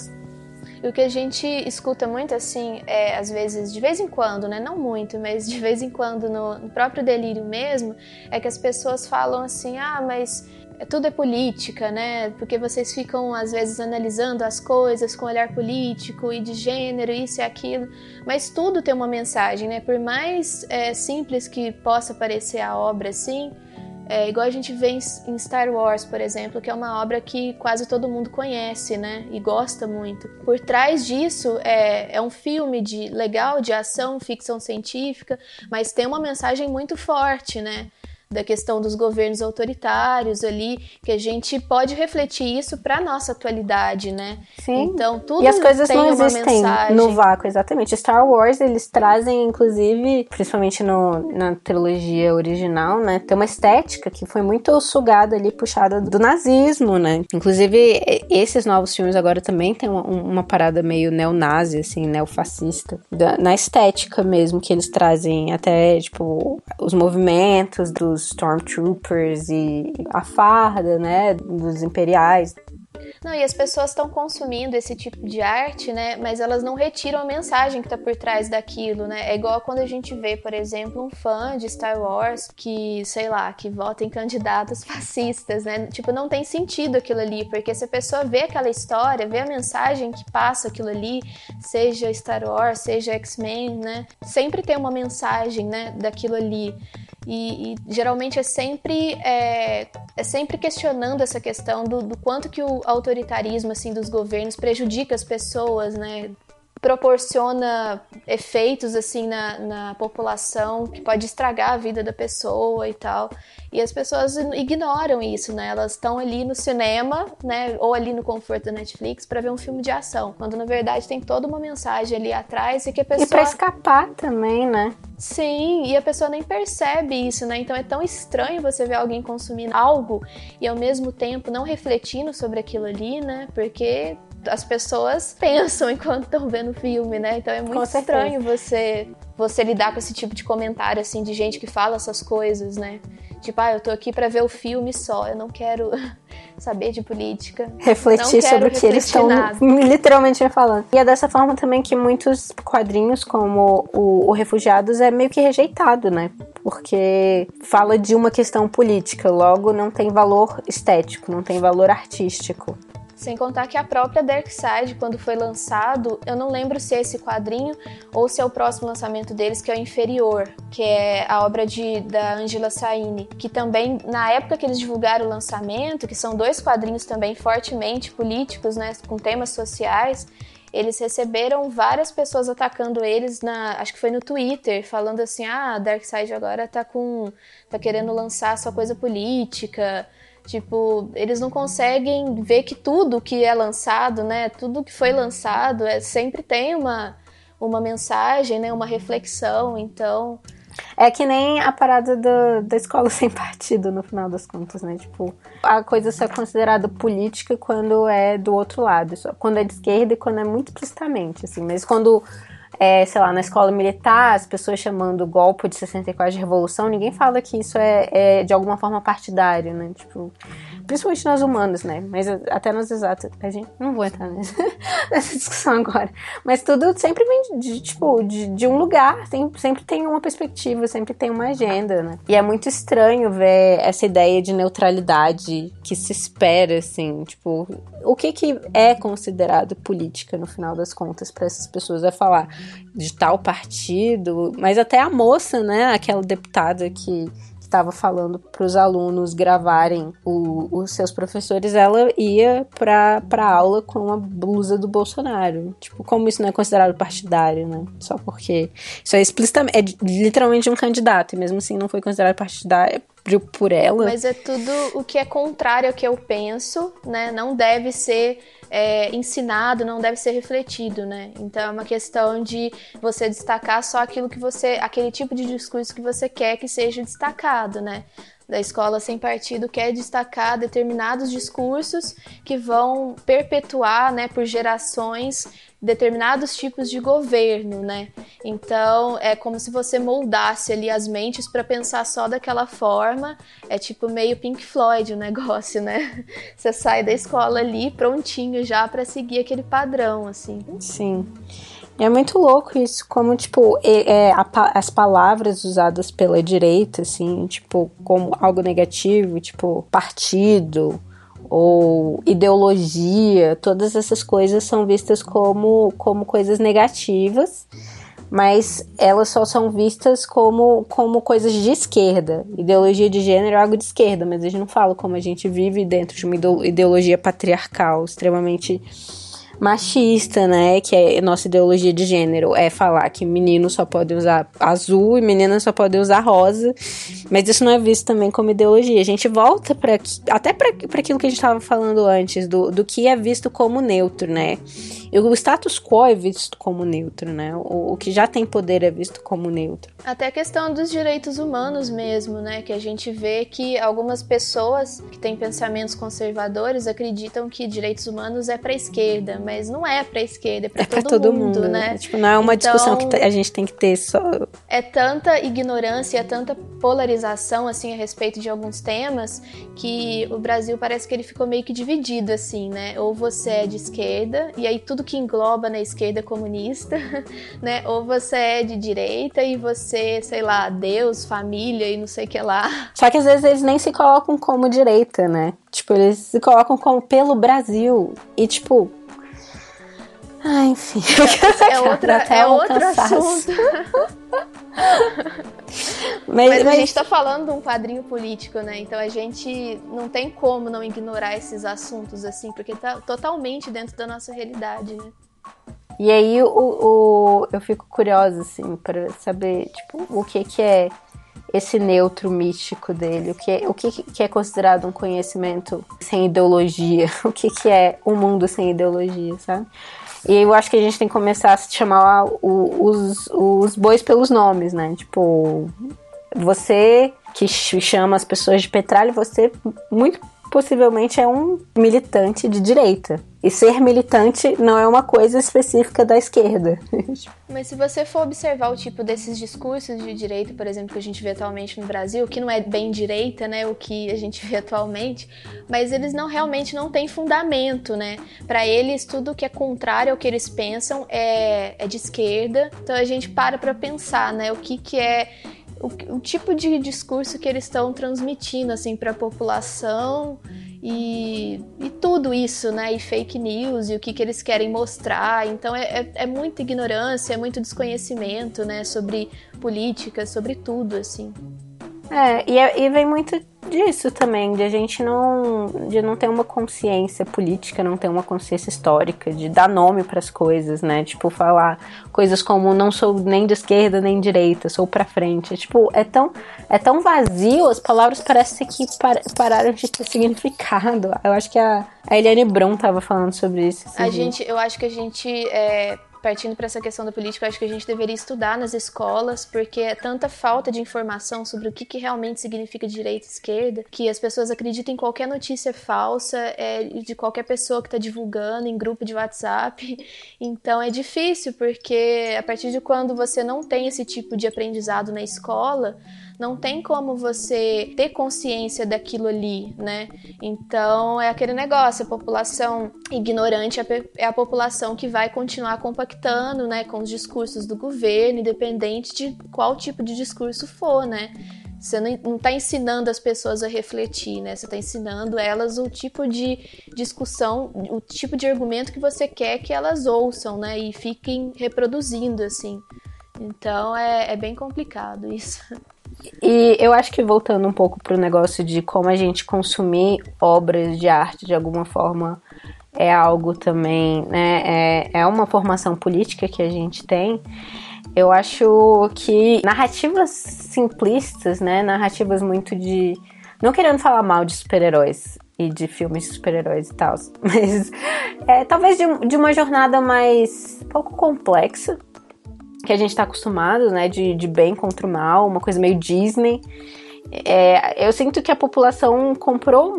E o que a gente escuta muito, assim, às vezes, de vez em quando, né? Não muito, mas de vez em quando no próprio delírio mesmo, é que as pessoas falam assim, mas tudo é política, né? Porque vocês ficam, às vezes, analisando as coisas com olhar político e de gênero, isso e aquilo. Mas tudo tem uma mensagem, né? Por mais simples que possa parecer a obra, assim, igual a gente vê em Star Wars, por exemplo, que é uma obra que quase todo mundo conhece, né? E gosta muito. Por trás disso, é um filme legal, de ação, ficção científica, mas tem uma mensagem muito forte, né? Da questão dos governos autoritários ali, que a gente pode refletir isso para nossa atualidade, né? Sim. Então, tudo e as coisas tem não uma existem mensagem. No vácuo, exatamente. Star Wars, eles trazem, inclusive, principalmente na trilogia original, né? Tem uma estética que foi muito sugada ali, puxada do nazismo, né? Inclusive, esses novos filmes agora também tem uma parada meio neonazi, assim, neofascista. Na estética mesmo, que eles trazem até, tipo, os movimentos dos Stormtroopers e a farda, né, dos imperiais. Não, e as pessoas estão consumindo esse tipo de arte, né, mas elas não retiram a mensagem que está por trás daquilo, né, é igual quando a gente vê, por exemplo, um fã de Star Wars que, sei lá, que vota em candidatos fascistas, né, tipo, não tem sentido aquilo ali, porque se a pessoa vê aquela história, vê a mensagem que passa aquilo ali, seja Star Wars, seja X-Men, né, sempre tem uma mensagem, né, daquilo ali. E geralmente é sempre questionando essa questão do quanto que o autoritarismo, assim, dos governos prejudica as pessoas, né? proporciona efeitos assim na população que pode estragar a vida da pessoa e tal. E as pessoas ignoram isso, né? Elas estão ali no cinema, né? Ou ali no conforto da Netflix pra ver um filme de ação, quando na verdade tem toda uma mensagem ali atrás e que a pessoa... E pra escapar também, né? Sim, e a pessoa nem percebe isso, né? Então é tão estranho você ver alguém consumindo algo e ao mesmo tempo não refletindo sobre aquilo ali, né? Porque as pessoas pensam enquanto estão vendo o filme, né? Então é muito estranho você lidar com esse tipo de comentário, assim, de gente que fala essas coisas, né? Tipo, eu tô aqui pra ver o filme só, eu não quero saber de política. Refletir sobre o que eles estão literalmente me falando. E é dessa forma também que muitos quadrinhos, como o Refugiados, é meio que rejeitado, né? Porque fala de uma questão política, logo não tem valor estético, não tem valor artístico. Sem contar que a própria Darkseid, quando foi lançado, eu não lembro se é esse quadrinho ou se é o próximo lançamento deles, que é o Inferior, que é a obra da Angela Saini, que também, na época que eles divulgaram o lançamento, que são 2 quadrinhos também fortemente políticos, né, com temas sociais, eles receberam várias pessoas atacando eles, acho que foi no Twitter, falando assim, a Darkseid agora tá querendo lançar sua coisa política. Tipo, eles não conseguem ver que tudo que é lançado, né, tudo que foi lançado sempre tem uma mensagem, né, uma reflexão, então... É que nem a parada da escola sem partido, no final das contas, né, tipo, a coisa só é considerada política quando é do outro lado, só quando é de esquerda e quando é muito explicitamente, assim, mas quando... sei lá, na escola militar, as pessoas chamando o golpe de 64 de revolução, ninguém fala que isso é de alguma forma partidário, né? Tipo, principalmente nas humanas, né? Mas até nas exatas, a gente não vou entrar nessa discussão agora. Mas tudo sempre vem de um lugar, sempre tem uma perspectiva, sempre tem uma agenda, né? E é muito estranho ver essa ideia de neutralidade que se espera, assim, tipo, o que é considerado política no final das contas para essas pessoas é falar de tal partido, mas até a moça, né, aquela deputada que estava falando para os alunos gravarem os seus professores, ela ia para aula com a blusa do Bolsonaro. Tipo, como isso não é considerado partidário, né? Só porque isso é explicitamente, é literalmente um candidato, e mesmo assim não foi considerado partidário por ela. Mas é tudo o que é contrário ao que eu penso, né? Não deve ser ensinado, não deve ser refletido, né? Então é uma questão de você destacar só aquele tipo de discurso que você quer que seja destacado, né? Da escola sem partido quer destacar determinados discursos que vão perpetuar, né, por gerações determinados tipos de governo, né? Então é como se você moldasse ali as mentes para pensar só daquela forma. É tipo meio Pink Floyd o negócio, né? Você sai da escola ali prontinho já para seguir aquele padrão, assim. Sim. É muito louco isso, como, tipo, as palavras usadas pela direita, assim, tipo, como algo negativo, tipo, partido ou ideologia, todas essas coisas são vistas como coisas negativas, mas elas só são vistas como coisas de esquerda. Ideologia de gênero é algo de esquerda, mas a gente não fala como a gente vive dentro de uma ideologia patriarcal extremamente machista, né, que é nossa ideologia de gênero, é falar que meninos só podem usar azul e meninas só podem usar rosa, mas isso não é visto também como ideologia. A gente volta até para aquilo que a gente estava falando antes, do que é visto como neutro, né, e o status quo é visto como neutro, né, o que já tem poder é visto como neutro. Até a questão dos direitos humanos mesmo, né, que a gente vê que algumas pessoas que têm pensamentos conservadores acreditam que direitos humanos é para a esquerda, mas não é pra esquerda, é pra todo mundo, né? Tipo, não é uma discussão que a gente tem que ter só... É tanta ignorância, é tanta polarização, assim, a respeito de alguns temas, que o Brasil parece que ele ficou meio que dividido, assim, né? Ou você é de esquerda, e aí tudo que engloba na esquerda é comunista, né? Ou você é de direita e você, sei lá, Deus, família e não sei o que lá. Só que às vezes eles nem se colocam como direita, né? Tipo, eles se colocam como pelo Brasil. E, tipo... Ah, enfim. É outro assunto. Mas a gente tá falando de um quadrinho político, né? Então a gente não tem como não ignorar esses assuntos, assim, porque tá totalmente dentro da nossa realidade, né? E aí eu fico curiosa, assim, para saber, tipo, o que é esse neutro místico dele, o que é considerado um conhecimento sem ideologia, o que é um mundo sem ideologia, sabe? E eu acho que a gente tem que começar a chamar os bois pelos nomes, né? Tipo, você que chama as pessoas de petralha, você muito possivelmente é um militante de direita. E ser militante não é uma coisa específica da esquerda. Mas se você for observar o tipo desses discursos de direita, por exemplo, que a gente vê atualmente no Brasil, que não é bem direita, né, o que a gente vê atualmente, mas eles realmente não têm fundamento, né? Para eles, tudo que é contrário ao que eles pensam é de esquerda. Então a gente para pensar, né, o que é o tipo de discurso que eles estão transmitindo assim para a população e tudo isso, né? E fake news e o que eles querem mostrar. Então é muita ignorância, é muito desconhecimento, né? Sobre política, sobre tudo, assim. E vem muito disso também, de a gente não ter uma consciência política, não ter uma consciência histórica, de dar nome pras coisas, né? Tipo, falar coisas como não sou nem de esquerda nem de direita, sou pra frente. Tipo, é tão vazio, as palavras parecem que pararam de ter significado. Eu acho que a Eliane Brum tava falando sobre isso. Eu acho que a gente partindo para essa questão da política, eu acho que a gente deveria estudar nas escolas, porque é tanta falta de informação sobre o que realmente significa direita e esquerda, que as pessoas acreditam em qualquer notícia falsa, de qualquer pessoa que está divulgando em grupo de WhatsApp. Então é difícil, porque a partir de quando você não tem esse tipo de aprendizado na escola, não tem como você ter consciência daquilo ali, né? Então, é aquele negócio, a população ignorante é a população que vai continuar compactando, né, com os discursos do governo, independente de qual tipo de discurso for, né? Você não está ensinando as pessoas a refletir, né? Você está ensinando elas o tipo de discussão, o tipo de argumento que você quer que elas ouçam, né? E fiquem reproduzindo, assim. Então, é bem complicado isso. E eu acho que voltando um pouco pro negócio de como a gente consumir obras de arte de alguma forma é algo também, né? É uma formação política que a gente tem. Eu acho que narrativas simplistas, né? Narrativas muito de... Não querendo falar mal de super-heróis e de filmes de super-heróis e tal, mas talvez de uma jornada mais pouco complexa, que a gente tá acostumado, né, de bem contra o mal, uma coisa meio Disney. Eu sinto que a população comprou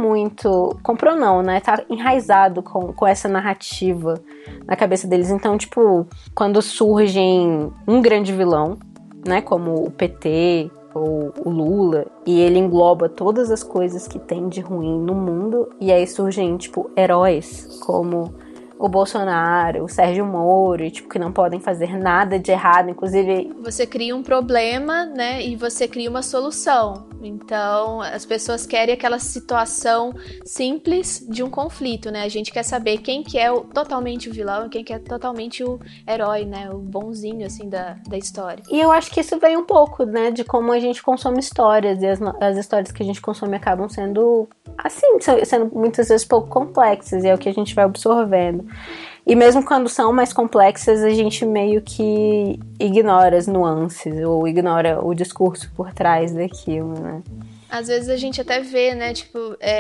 não, né, tá enraizado com essa narrativa na cabeça deles. Então, tipo, quando surgem um grande vilão, né, como o PT ou o Lula, e ele engloba todas as coisas que tem de ruim no mundo, e aí surgem, tipo, heróis como o Bolsonaro, o Sérgio Moro, e, tipo, que não podem fazer nada de errado, inclusive... Você cria um problema, né, e você cria uma solução. Então, as pessoas querem aquela situação simples de um conflito, né? A gente quer saber quem que é totalmente o vilão e quem que é totalmente o herói, né? O bonzinho, assim, da história. E eu acho que isso vem um pouco, né, de como a gente consome histórias, e as histórias que a gente consome acabam sendo, assim, sendo muitas vezes pouco complexas, e é o que a gente vai absorvendo. E mesmo quando são mais complexas, a gente meio que ignora as nuances ou ignora o discurso por trás daquilo, né? Às vezes a gente até vê, né, tipo,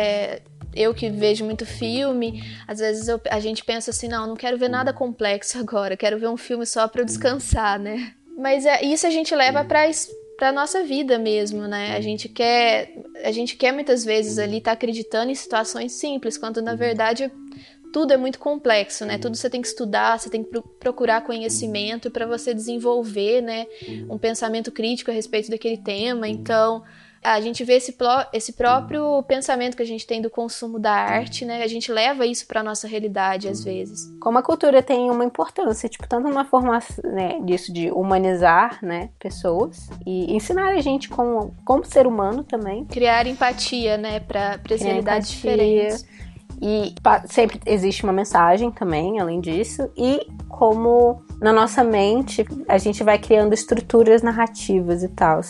eu que vejo muito filme, às vezes a gente pensa assim, não quero ver nada complexo agora, quero ver um filme só pra eu descansar, né? Mas isso a gente leva pra nossa vida mesmo, né? A gente quer muitas vezes ali estar acreditando em situações simples, quando na verdade tudo é muito complexo, né? Tudo você tem que estudar, você tem que procurar conhecimento para você desenvolver, né, um pensamento crítico a respeito daquele tema. Então, a gente vê esse próprio pensamento que a gente tem do consumo da arte, né? A gente leva isso para nossa realidade às vezes. Como a cultura tem uma importância, tipo, tanto na formação, né, disso de humanizar, né, pessoas e ensinar a gente como ser humano também. Criar empatia, né, para as realidades diferentes. E sempre existe uma mensagem também, além disso. E como na nossa mente a gente vai criando estruturas narrativas e tal.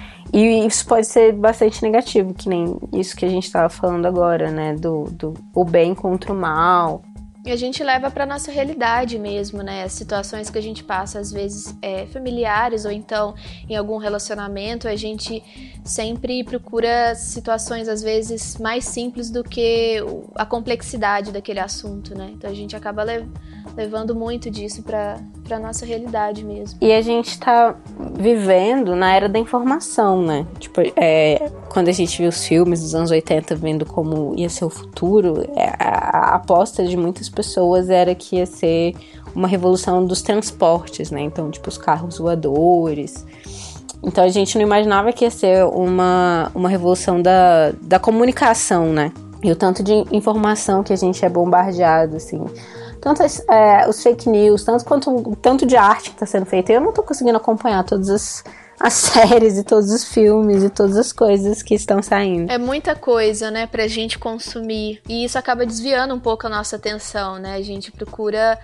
E isso pode ser bastante negativo, que nem isso que a gente estava falando agora, né? O bem contra o mal. E a gente leva para nossa realidade mesmo, né? As situações que a gente passa, às vezes, familiares ou então em algum relacionamento, a gente sempre procura situações, às vezes, mais simples do que a complexidade daquele assunto, né? Então a gente acaba levando muito disso para nossa realidade mesmo. E a gente tá vivendo na era da informação, né? Tipo, quando a gente viu os filmes dos anos 80 vendo como ia ser o futuro, a aposta de muitas pessoas era que ia ser uma revolução dos transportes, né? Então, tipo, os carros voadores. Então, a gente não imaginava que ia ser uma revolução da comunicação, né? E o tanto de informação que a gente é bombardeado, assim. Tanto os fake news, tanto de arte que está sendo feita. Eu não tô conseguindo acompanhar todas as séries e todos os filmes e todas as coisas que estão saindo. É muita coisa, né, pra gente consumir. E isso acaba desviando um pouco a nossa atenção, né? A gente procura...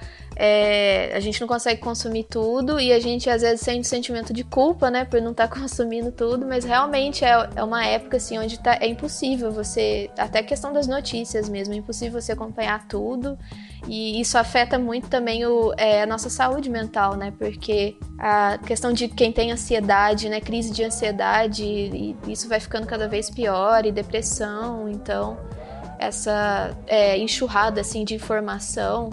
a gente não consegue consumir tudo e a gente às vezes sente sentimento de culpa, né, por não estar consumindo tudo, mas realmente é uma época assim onde é impossível você, até a questão das notícias mesmo, é impossível você acompanhar tudo e isso afeta muito também a nossa saúde mental, né, porque a questão de quem tem ansiedade, né, crise de ansiedade, e isso vai ficando cada vez pior, e depressão, então essa enxurrada assim de informação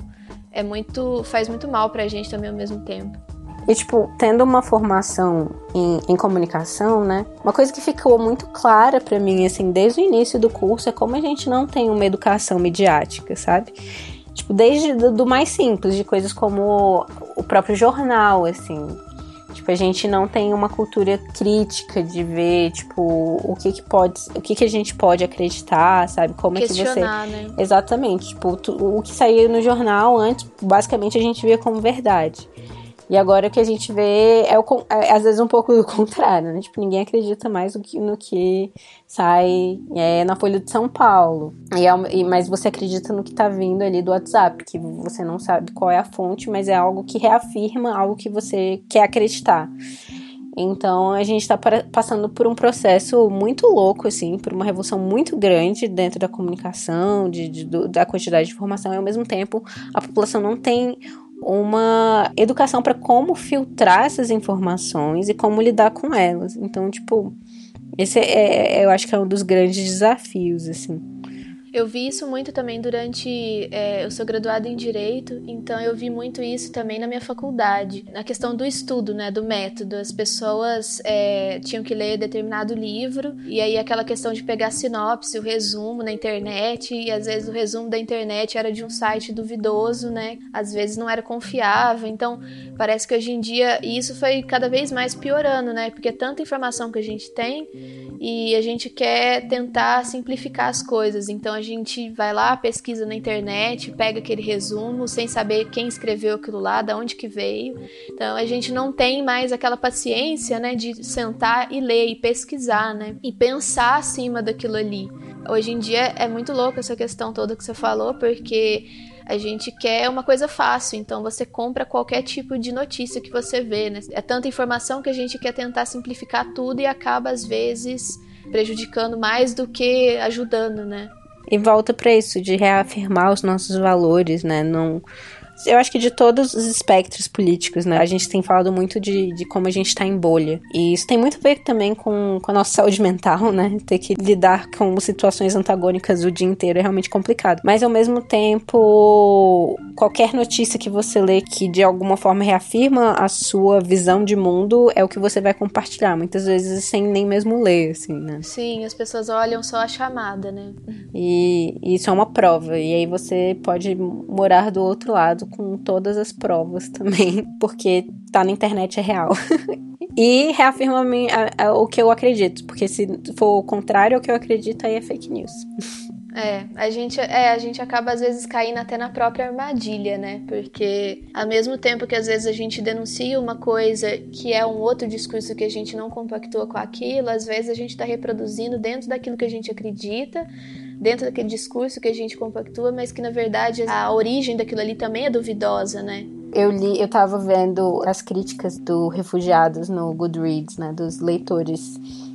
faz muito mal pra gente também ao mesmo tempo. E, tipo, tendo uma formação em comunicação, né? Uma coisa que ficou muito clara pra mim, assim, desde o início do curso é como a gente não tem uma educação midiática, sabe? Tipo, desde do mais simples, de coisas como o próprio jornal, assim. Tipo, a gente não tem uma cultura crítica de ver, tipo, o que a gente pode acreditar, sabe? Como questionar, é que você... né? Exatamente. Tipo, o que saía no jornal antes, basicamente, a gente via como verdade. E agora o que a gente vê é às vezes um pouco do contrário, né? Tipo, ninguém acredita mais no que sai na Folha de São Paulo. Mas você acredita no que tá vindo ali do WhatsApp, que você não sabe qual é a fonte, mas é algo que reafirma algo que você quer acreditar. Então, a gente tá passando por um processo muito louco, assim, por uma revolução muito grande dentro da comunicação, da quantidade de informação, e ao mesmo tempo a população não tem uma educação para como filtrar essas informações e como lidar com elas. Então, tipo, esse eu acho que é um dos grandes desafios, assim. Eu vi isso muito também durante... eu sou graduada em Direito, então eu vi muito isso também na minha faculdade. Na questão do estudo, né, do método. As pessoas tinham que ler determinado livro, e aí aquela questão de pegar a sinopse, o resumo na internet, e às vezes o resumo da internet era de um site duvidoso, né? Às vezes não era confiável. Então, parece que hoje em dia isso foi cada vez mais piorando, né? Porque é tanta informação que a gente tem e a gente quer tentar simplificar as coisas. Então, a gente vai lá, pesquisa na internet, pega aquele resumo sem saber quem escreveu aquilo lá, de onde que veio. Então a gente não tem mais aquela paciência, né, de sentar e ler e pesquisar, né, e pensar acima daquilo ali. Hoje em dia é muito louco essa questão toda que você falou, porque a gente quer uma coisa fácil, então você compra qualquer tipo de notícia que você vê, né? É tanta informação que a gente quer tentar simplificar tudo e acaba às vezes prejudicando mais do que ajudando, né? E volta para isso, de reafirmar os nossos valores, né? Eu acho que de todos os espectros políticos, né? A gente tem falado muito de como a gente tá em bolha. E isso tem muito a ver também com a nossa saúde mental, né? Ter que lidar com situações antagônicas o dia inteiro é realmente complicado. Mas, ao mesmo tempo, qualquer notícia que você lê que, de alguma forma, reafirma a sua visão de mundo é o que você vai compartilhar. Muitas vezes sem nem mesmo ler, assim, né? Sim, as pessoas olham só a chamada, né? E isso é uma prova. E aí você pode morar do outro lado com todas as provas também, porque tá na internet é real. E reafirma o que eu acredito, porque se for o contrário ao que eu acredito, aí é fake news. A gente acaba às vezes caindo até na própria armadilha, né? Porque ao mesmo tempo que às vezes a gente denuncia uma coisa que é um outro discurso que a gente não compactua com aquilo, às vezes a gente tá reproduzindo dentro daquilo que a gente acredita, dentro daquele discurso que a gente compactua, mas que na verdade a origem daquilo ali também é duvidosa, né? Eu tava vendo as críticas do Refugiados no Goodreads, né, dos leitores.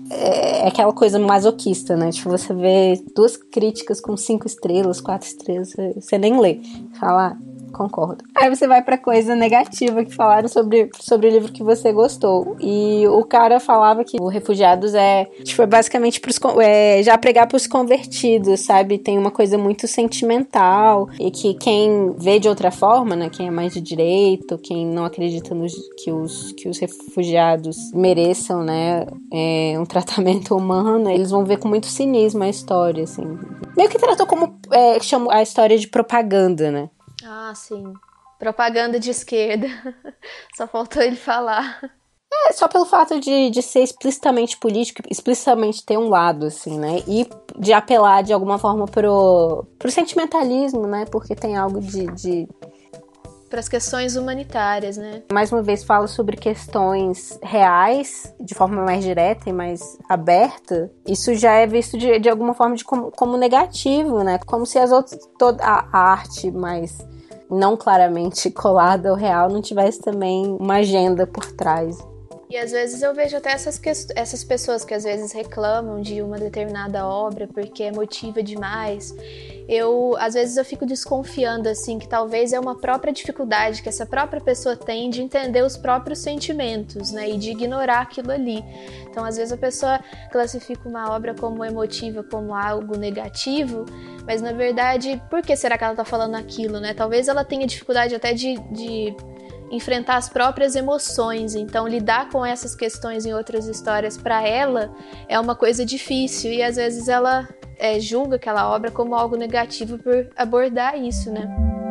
é aquela coisa masoquista, né? Tipo, você vê 2 críticas com 5 estrelas, 4 estrelas, você nem lê. Fala, concordo. Aí você vai pra coisa negativa que falaram sobre o livro que você gostou. E o cara falava que o Refugiados é basicamente já pregar pros convertidos, sabe? Tem uma coisa muito sentimental e que quem vê de outra forma, né? Quem é mais de direito, quem não acredita que os refugiados mereçam, né? Um tratamento humano, eles vão ver com muito cinismo a história, assim. Meio que tratou como chama a história de propaganda, né? Ah, sim. Propaganda de esquerda. Só faltou ele falar. Só pelo fato de ser explicitamente político, explicitamente ter um lado, assim, né? E de apelar de alguma forma pro sentimentalismo, né? Porque tem algo de para as questões humanitárias, né? Mais uma vez fala sobre questões reais, de forma mais direta e mais aberta. Isso já é visto de alguma forma como negativo, né? Como se as outras, toda a arte mais não claramente colada ao real não tivesse também uma agenda por trás. E às vezes eu vejo até essas pessoas que às vezes reclamam de uma determinada obra porque é emotiva demais. Às vezes eu fico desconfiando, assim, que talvez é uma própria dificuldade que essa própria pessoa tem de entender os próprios sentimentos, né? E de ignorar aquilo ali. Então, às vezes a pessoa classifica uma obra como emotiva, como algo negativo, mas na verdade, por que será que ela tá falando aquilo, né? Talvez ela tenha dificuldade até de enfrentar as próprias emoções, então lidar com essas questões em outras histórias para ela é uma coisa difícil e às vezes ela julga aquela obra como algo negativo por abordar isso, né?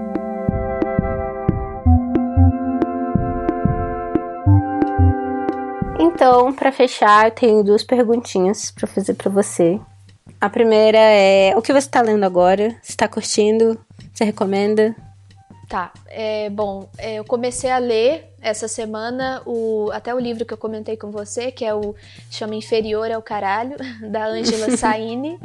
Então, para fechar, eu tenho 2 perguntinhas para fazer para você. A primeira é: o que você tá lendo agora? Você tá curtindo? Você recomenda? Tá, bom, eu comecei a ler essa semana até o livro que eu comentei com você, que chama Inferior ao Caralho, da Angela Saini,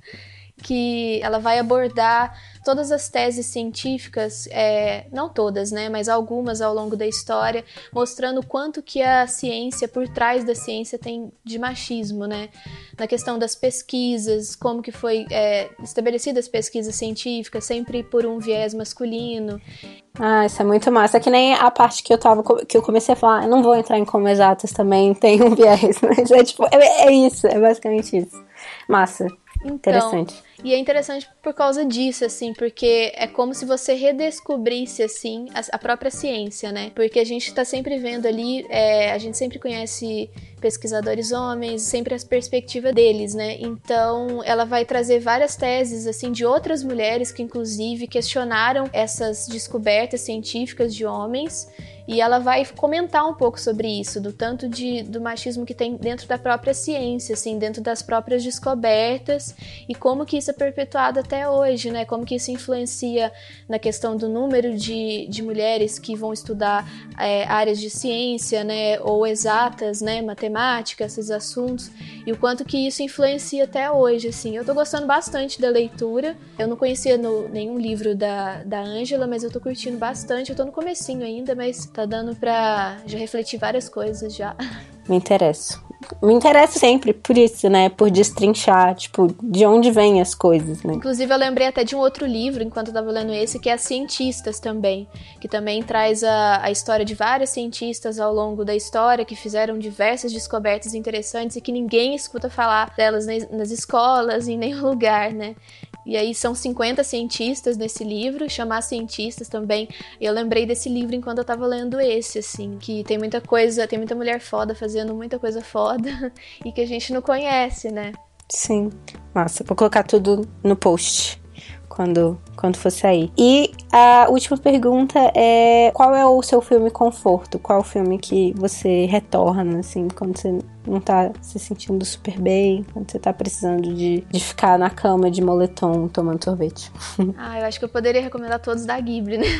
que ela vai abordar todas as teses científicas, não todas, né, mas algumas ao longo da história, mostrando o quanto que a ciência, por trás da ciência, tem de machismo, né, na questão das pesquisas, como que foi estabelecidas as pesquisas científicas, sempre por um viés masculino. Ah, isso é muito massa. É que nem a parte que eu comecei a falar, eu não vou entrar em como exatas também, tem um viés, mas é isso, é basicamente isso. Massa. Então, interessante. E é interessante por causa disso, assim, porque é como se você redescobrisse, assim, a própria ciência, né? Porque a gente tá sempre vendo ali, a gente sempre conhece pesquisadores homens, sempre a perspectiva deles, né? Então, ela vai trazer várias teses, assim, de outras mulheres que, inclusive, questionaram essas descobertas científicas de homens. E ela vai comentar um pouco sobre isso, do tanto do machismo que tem dentro da própria ciência, assim, dentro das próprias descobertas, e como que isso é perpetuado até hoje, né? Como que isso influencia na questão do número de mulheres que vão estudar áreas de ciência, né? Ou exatas, né? Matemática, esses assuntos, e o quanto que isso influencia até hoje, assim. Eu tô gostando bastante da leitura. Eu não conhecia nenhum livro da Angela, mas eu tô curtindo bastante. Eu tô no comecinho ainda, mas tá dando pra já refletir várias coisas já. Me interesso. Me interessa sempre por isso, né? Por destrinchar, tipo, de onde vêm as coisas, né? Inclusive, eu lembrei até de um outro livro, enquanto eu tava lendo esse, que é As Cientistas também, que também traz a história de várias cientistas ao longo da história, que fizeram diversas descobertas interessantes e que ninguém escuta falar delas nas escolas, em nenhum lugar, né? E aí são 50 cientistas nesse livro, chamar cientistas também. Eu lembrei desse livro enquanto eu tava lendo esse, assim, que tem muita coisa, tem muita mulher foda fazendo muita coisa foda e que a gente não conhece, né? Sim, massa. Vou colocar tudo no post quando for sair. E a última pergunta é: qual é o seu filme conforto? Qual é o filme que você retorna, assim, quando você não tá se sentindo super bem, quando você tá precisando de ficar na cama de moletom tomando sorvete? Eu acho que eu poderia recomendar todos da Ghibli, né?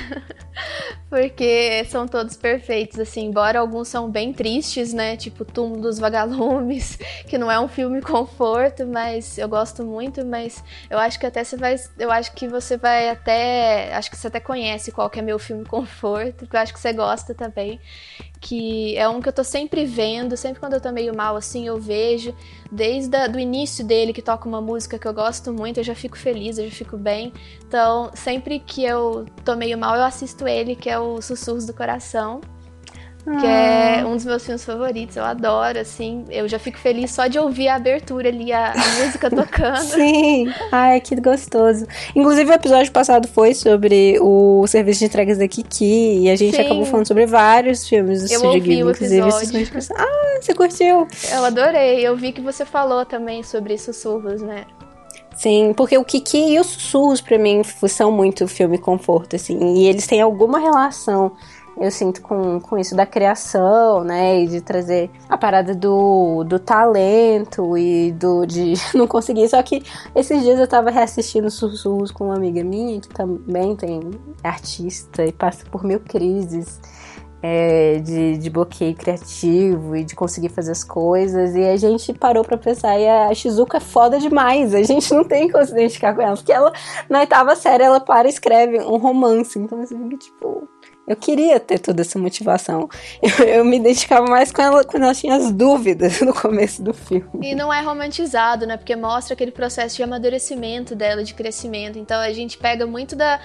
Porque são todos perfeitos, assim, embora alguns são bem tristes, né? Tipo Túmulo dos Vagalumes, que não é um filme conforto, mas eu gosto muito, mas eu acho que até você vai vai até... Acho que você até conhece qual que é meu filme conforto, que eu acho que você gosta também. Que é um que eu tô sempre vendo, sempre quando eu tô meio mal, assim, eu vejo. Desde o início dele, que toca uma música que eu gosto muito, eu já fico feliz, eu já fico bem. Então, sempre que eu tô meio mal, eu assisto ele, que é o Sussurros do Coração. Que é um dos meus filmes favoritos, eu adoro, assim, eu já fico feliz só de ouvir a abertura ali, a música tocando. Sim, ai, que gostoso. Inclusive o episódio passado foi sobre o serviço de entregas da Kiki, e a gente acabou falando sobre vários filmes do Estúdio Ghibli, inclusive esses. Ah, você curtiu? Eu adorei, eu vi que você falou também sobre Sussurros, né? Sim, porque o Kiki e os Sussurros pra mim são muito filme conforto, assim, e eles têm alguma relação, eu sinto, com isso da criação, né, e de trazer a parada do talento e de não conseguir. Só que esses dias eu tava reassistindo Sussurros com uma amiga minha, que também é artista e passa por mil crises de bloqueio criativo e de conseguir fazer as coisas, e a gente parou pra pensar, e a Shizuka é foda demais, a gente não tem como se identificar com ela, porque ela, na oitava série, ela para e escreve um romance, então você fica tipo... Eu queria ter toda essa motivação. Eu me identificava mais com ela quando ela tinha as dúvidas no começo do filme. E não é romantizado, né? Porque mostra aquele processo de amadurecimento dela, de crescimento. Então a gente pega muito da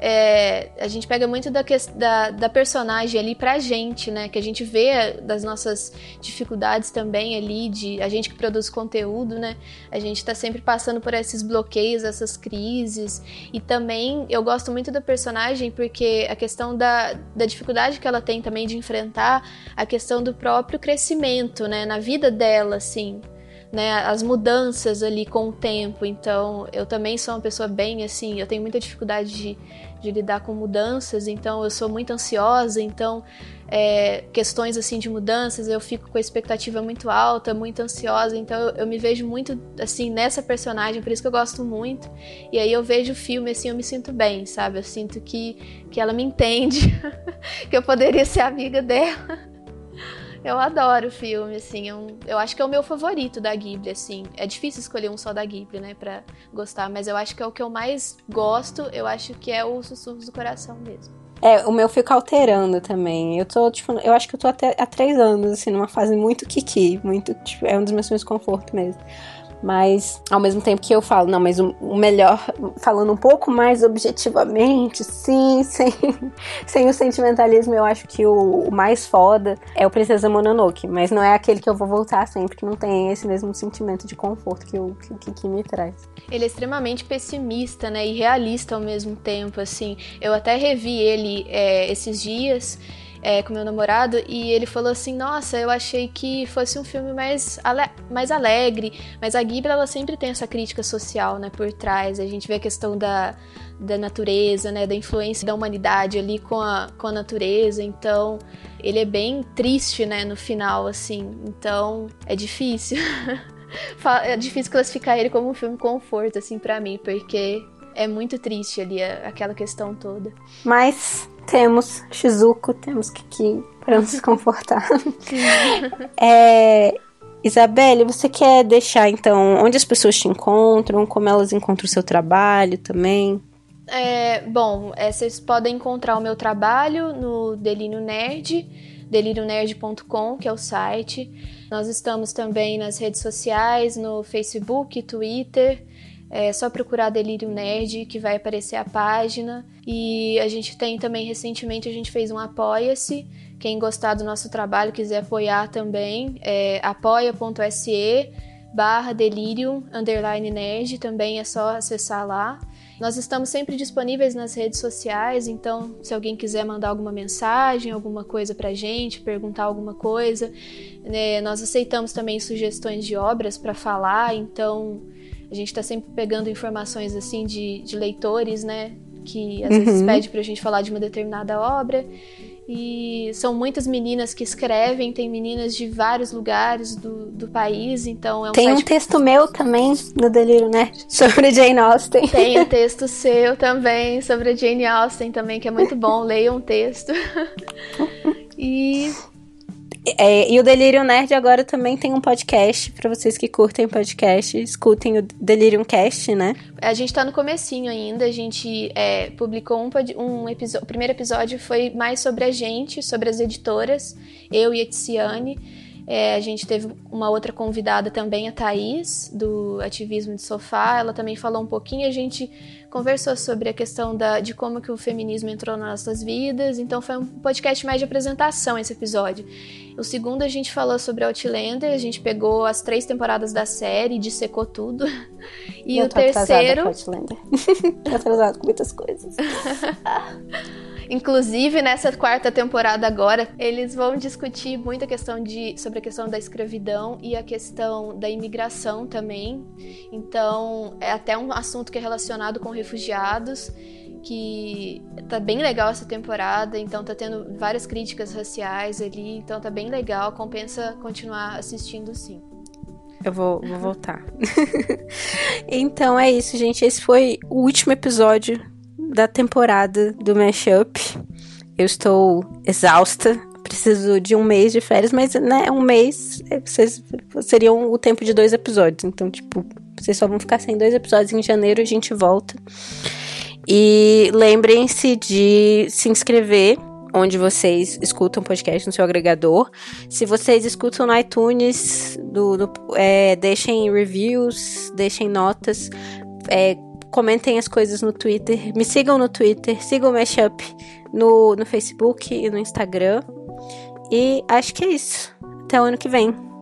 personagem ali pra gente, né? Que a gente vê das nossas dificuldades também ali, a gente que produz conteúdo, né? A gente tá sempre passando por esses bloqueios, essas crises. E também eu gosto muito da personagem porque a questão da dificuldade que ela tem também de enfrentar a questão do próprio crescimento, né, na vida dela, assim, né, as mudanças ali com o tempo. Então, eu também sou uma pessoa bem, assim, eu tenho muita dificuldade de lidar com mudanças, então eu sou muito ansiosa, então questões assim de mudanças, eu fico com a expectativa muito alta, muito ansiosa, então eu me vejo muito assim nessa personagem, por isso que eu gosto muito, e aí eu vejo o filme assim, eu me sinto bem, sabe, eu sinto que ela me entende, que eu poderia ser amiga dela. Eu adoro o filme, assim, eu acho que é o meu favorito da Ghibli, assim. É difícil escolher um só da Ghibli, né, pra gostar, mas eu acho que é o que eu mais gosto, eu acho que é o Sussurros do Coração mesmo. O meu fica alterando também. Eu acho que eu tô até há 3 anos, assim, numa fase muito Kiki, muito, tipo, é um dos meus filmes de conforto mesmo. Mas, ao mesmo tempo que eu falo, não, mas o melhor, falando um pouco mais objetivamente, sim, sem o sentimentalismo, eu acho que o mais foda é o Princesa Mononoke, mas não é aquele que eu vou voltar sempre, que não tem esse mesmo sentimento de conforto que o Kiki me traz. Ele é extremamente pessimista, né, e realista ao mesmo tempo, assim. Eu até revi ele esses dias, com meu namorado, e ele falou assim, nossa, eu achei que fosse um filme mais alegre, mas a Ghibli, ela sempre tem essa crítica social, né, por trás. A gente vê a questão da natureza, né, da influência da humanidade ali com a natureza, então ele é bem triste, né, no final, assim, então é difícil. É difícil classificar ele como um filme conforto, assim, pra mim, porque é muito triste ali aquela questão toda. Mas temos Shizuko, temos Kiki para nos confortar. Isabelle, você quer deixar, então, onde as pessoas te encontram, como elas encontram o seu trabalho também? Bom, vocês podem encontrar o meu trabalho no Delírio Nerd, delirionerd.com, que é o site. Nós estamos também nas redes sociais, no Facebook, Twitter. É só procurar Delírio Nerd que vai aparecer a página. E a gente tem também, recentemente, a gente fez um Apoia-se. Quem gostar do nosso trabalho, quiser apoiar também, apoia.se/delirium_nerd, também é só acessar lá. Nós estamos sempre disponíveis nas redes sociais, então se alguém quiser mandar alguma mensagem, alguma coisa pra gente, perguntar alguma coisa, né, nós aceitamos também sugestões de obras para falar, então a gente está sempre pegando informações assim de leitores, né, que às vezes pede pra gente falar de uma determinada obra. E são muitas meninas que escrevem, tem meninas de vários lugares do país, então é um Tem site... um texto meu também no Delírio Nerd sobre Jane Austen. Tem um texto seu também sobre a Jane Austen também, que é muito bom, leiam um texto. E E o Delirium Nerd agora também tem um podcast, pra vocês que curtem podcast, escutem o Delirium Cast, né? A gente tá no comecinho ainda, a gente publicou um episódio, o primeiro episódio foi mais sobre a gente, sobre as editoras, eu e a Tiziane. A gente teve uma outra convidada também, a Thaís, do Ativismo de Sofá. Ela também falou um pouquinho. A gente conversou sobre a questão de como que o feminismo entrou nas nossas vidas. Então foi um podcast mais de apresentação esse episódio. O segundo a gente falou sobre Outlander. A gente pegou as 3 temporadas da série e dissecou tudo. E eu o terceiro... tô atrasada com muitas coisas. Inclusive, nessa 4ª temporada agora, eles vão discutir muito sobre a questão da escravidão e a questão da imigração também. Então, é até um assunto que é relacionado com refugiados, que tá bem legal essa temporada, então tá tendo várias críticas raciais ali, então tá bem legal, compensa continuar assistindo sim. Eu vou voltar. Então é isso, gente. Esse foi o último episódio da temporada do Mashup. Eu estou exausta, preciso de um mês de férias, mas, né, um mês seriam o tempo de 2 episódios, então, tipo, vocês só vão ficar sem 2 episódios em janeiro, a gente volta. E lembrem-se de se inscrever onde vocês escutam podcast no seu agregador. Se vocês escutam no iTunes, deixem reviews, deixem notas, comentem as coisas no Twitter, me sigam no Twitter, sigam o Mashup no Facebook e no Instagram. E acho que é isso. Até o ano que vem.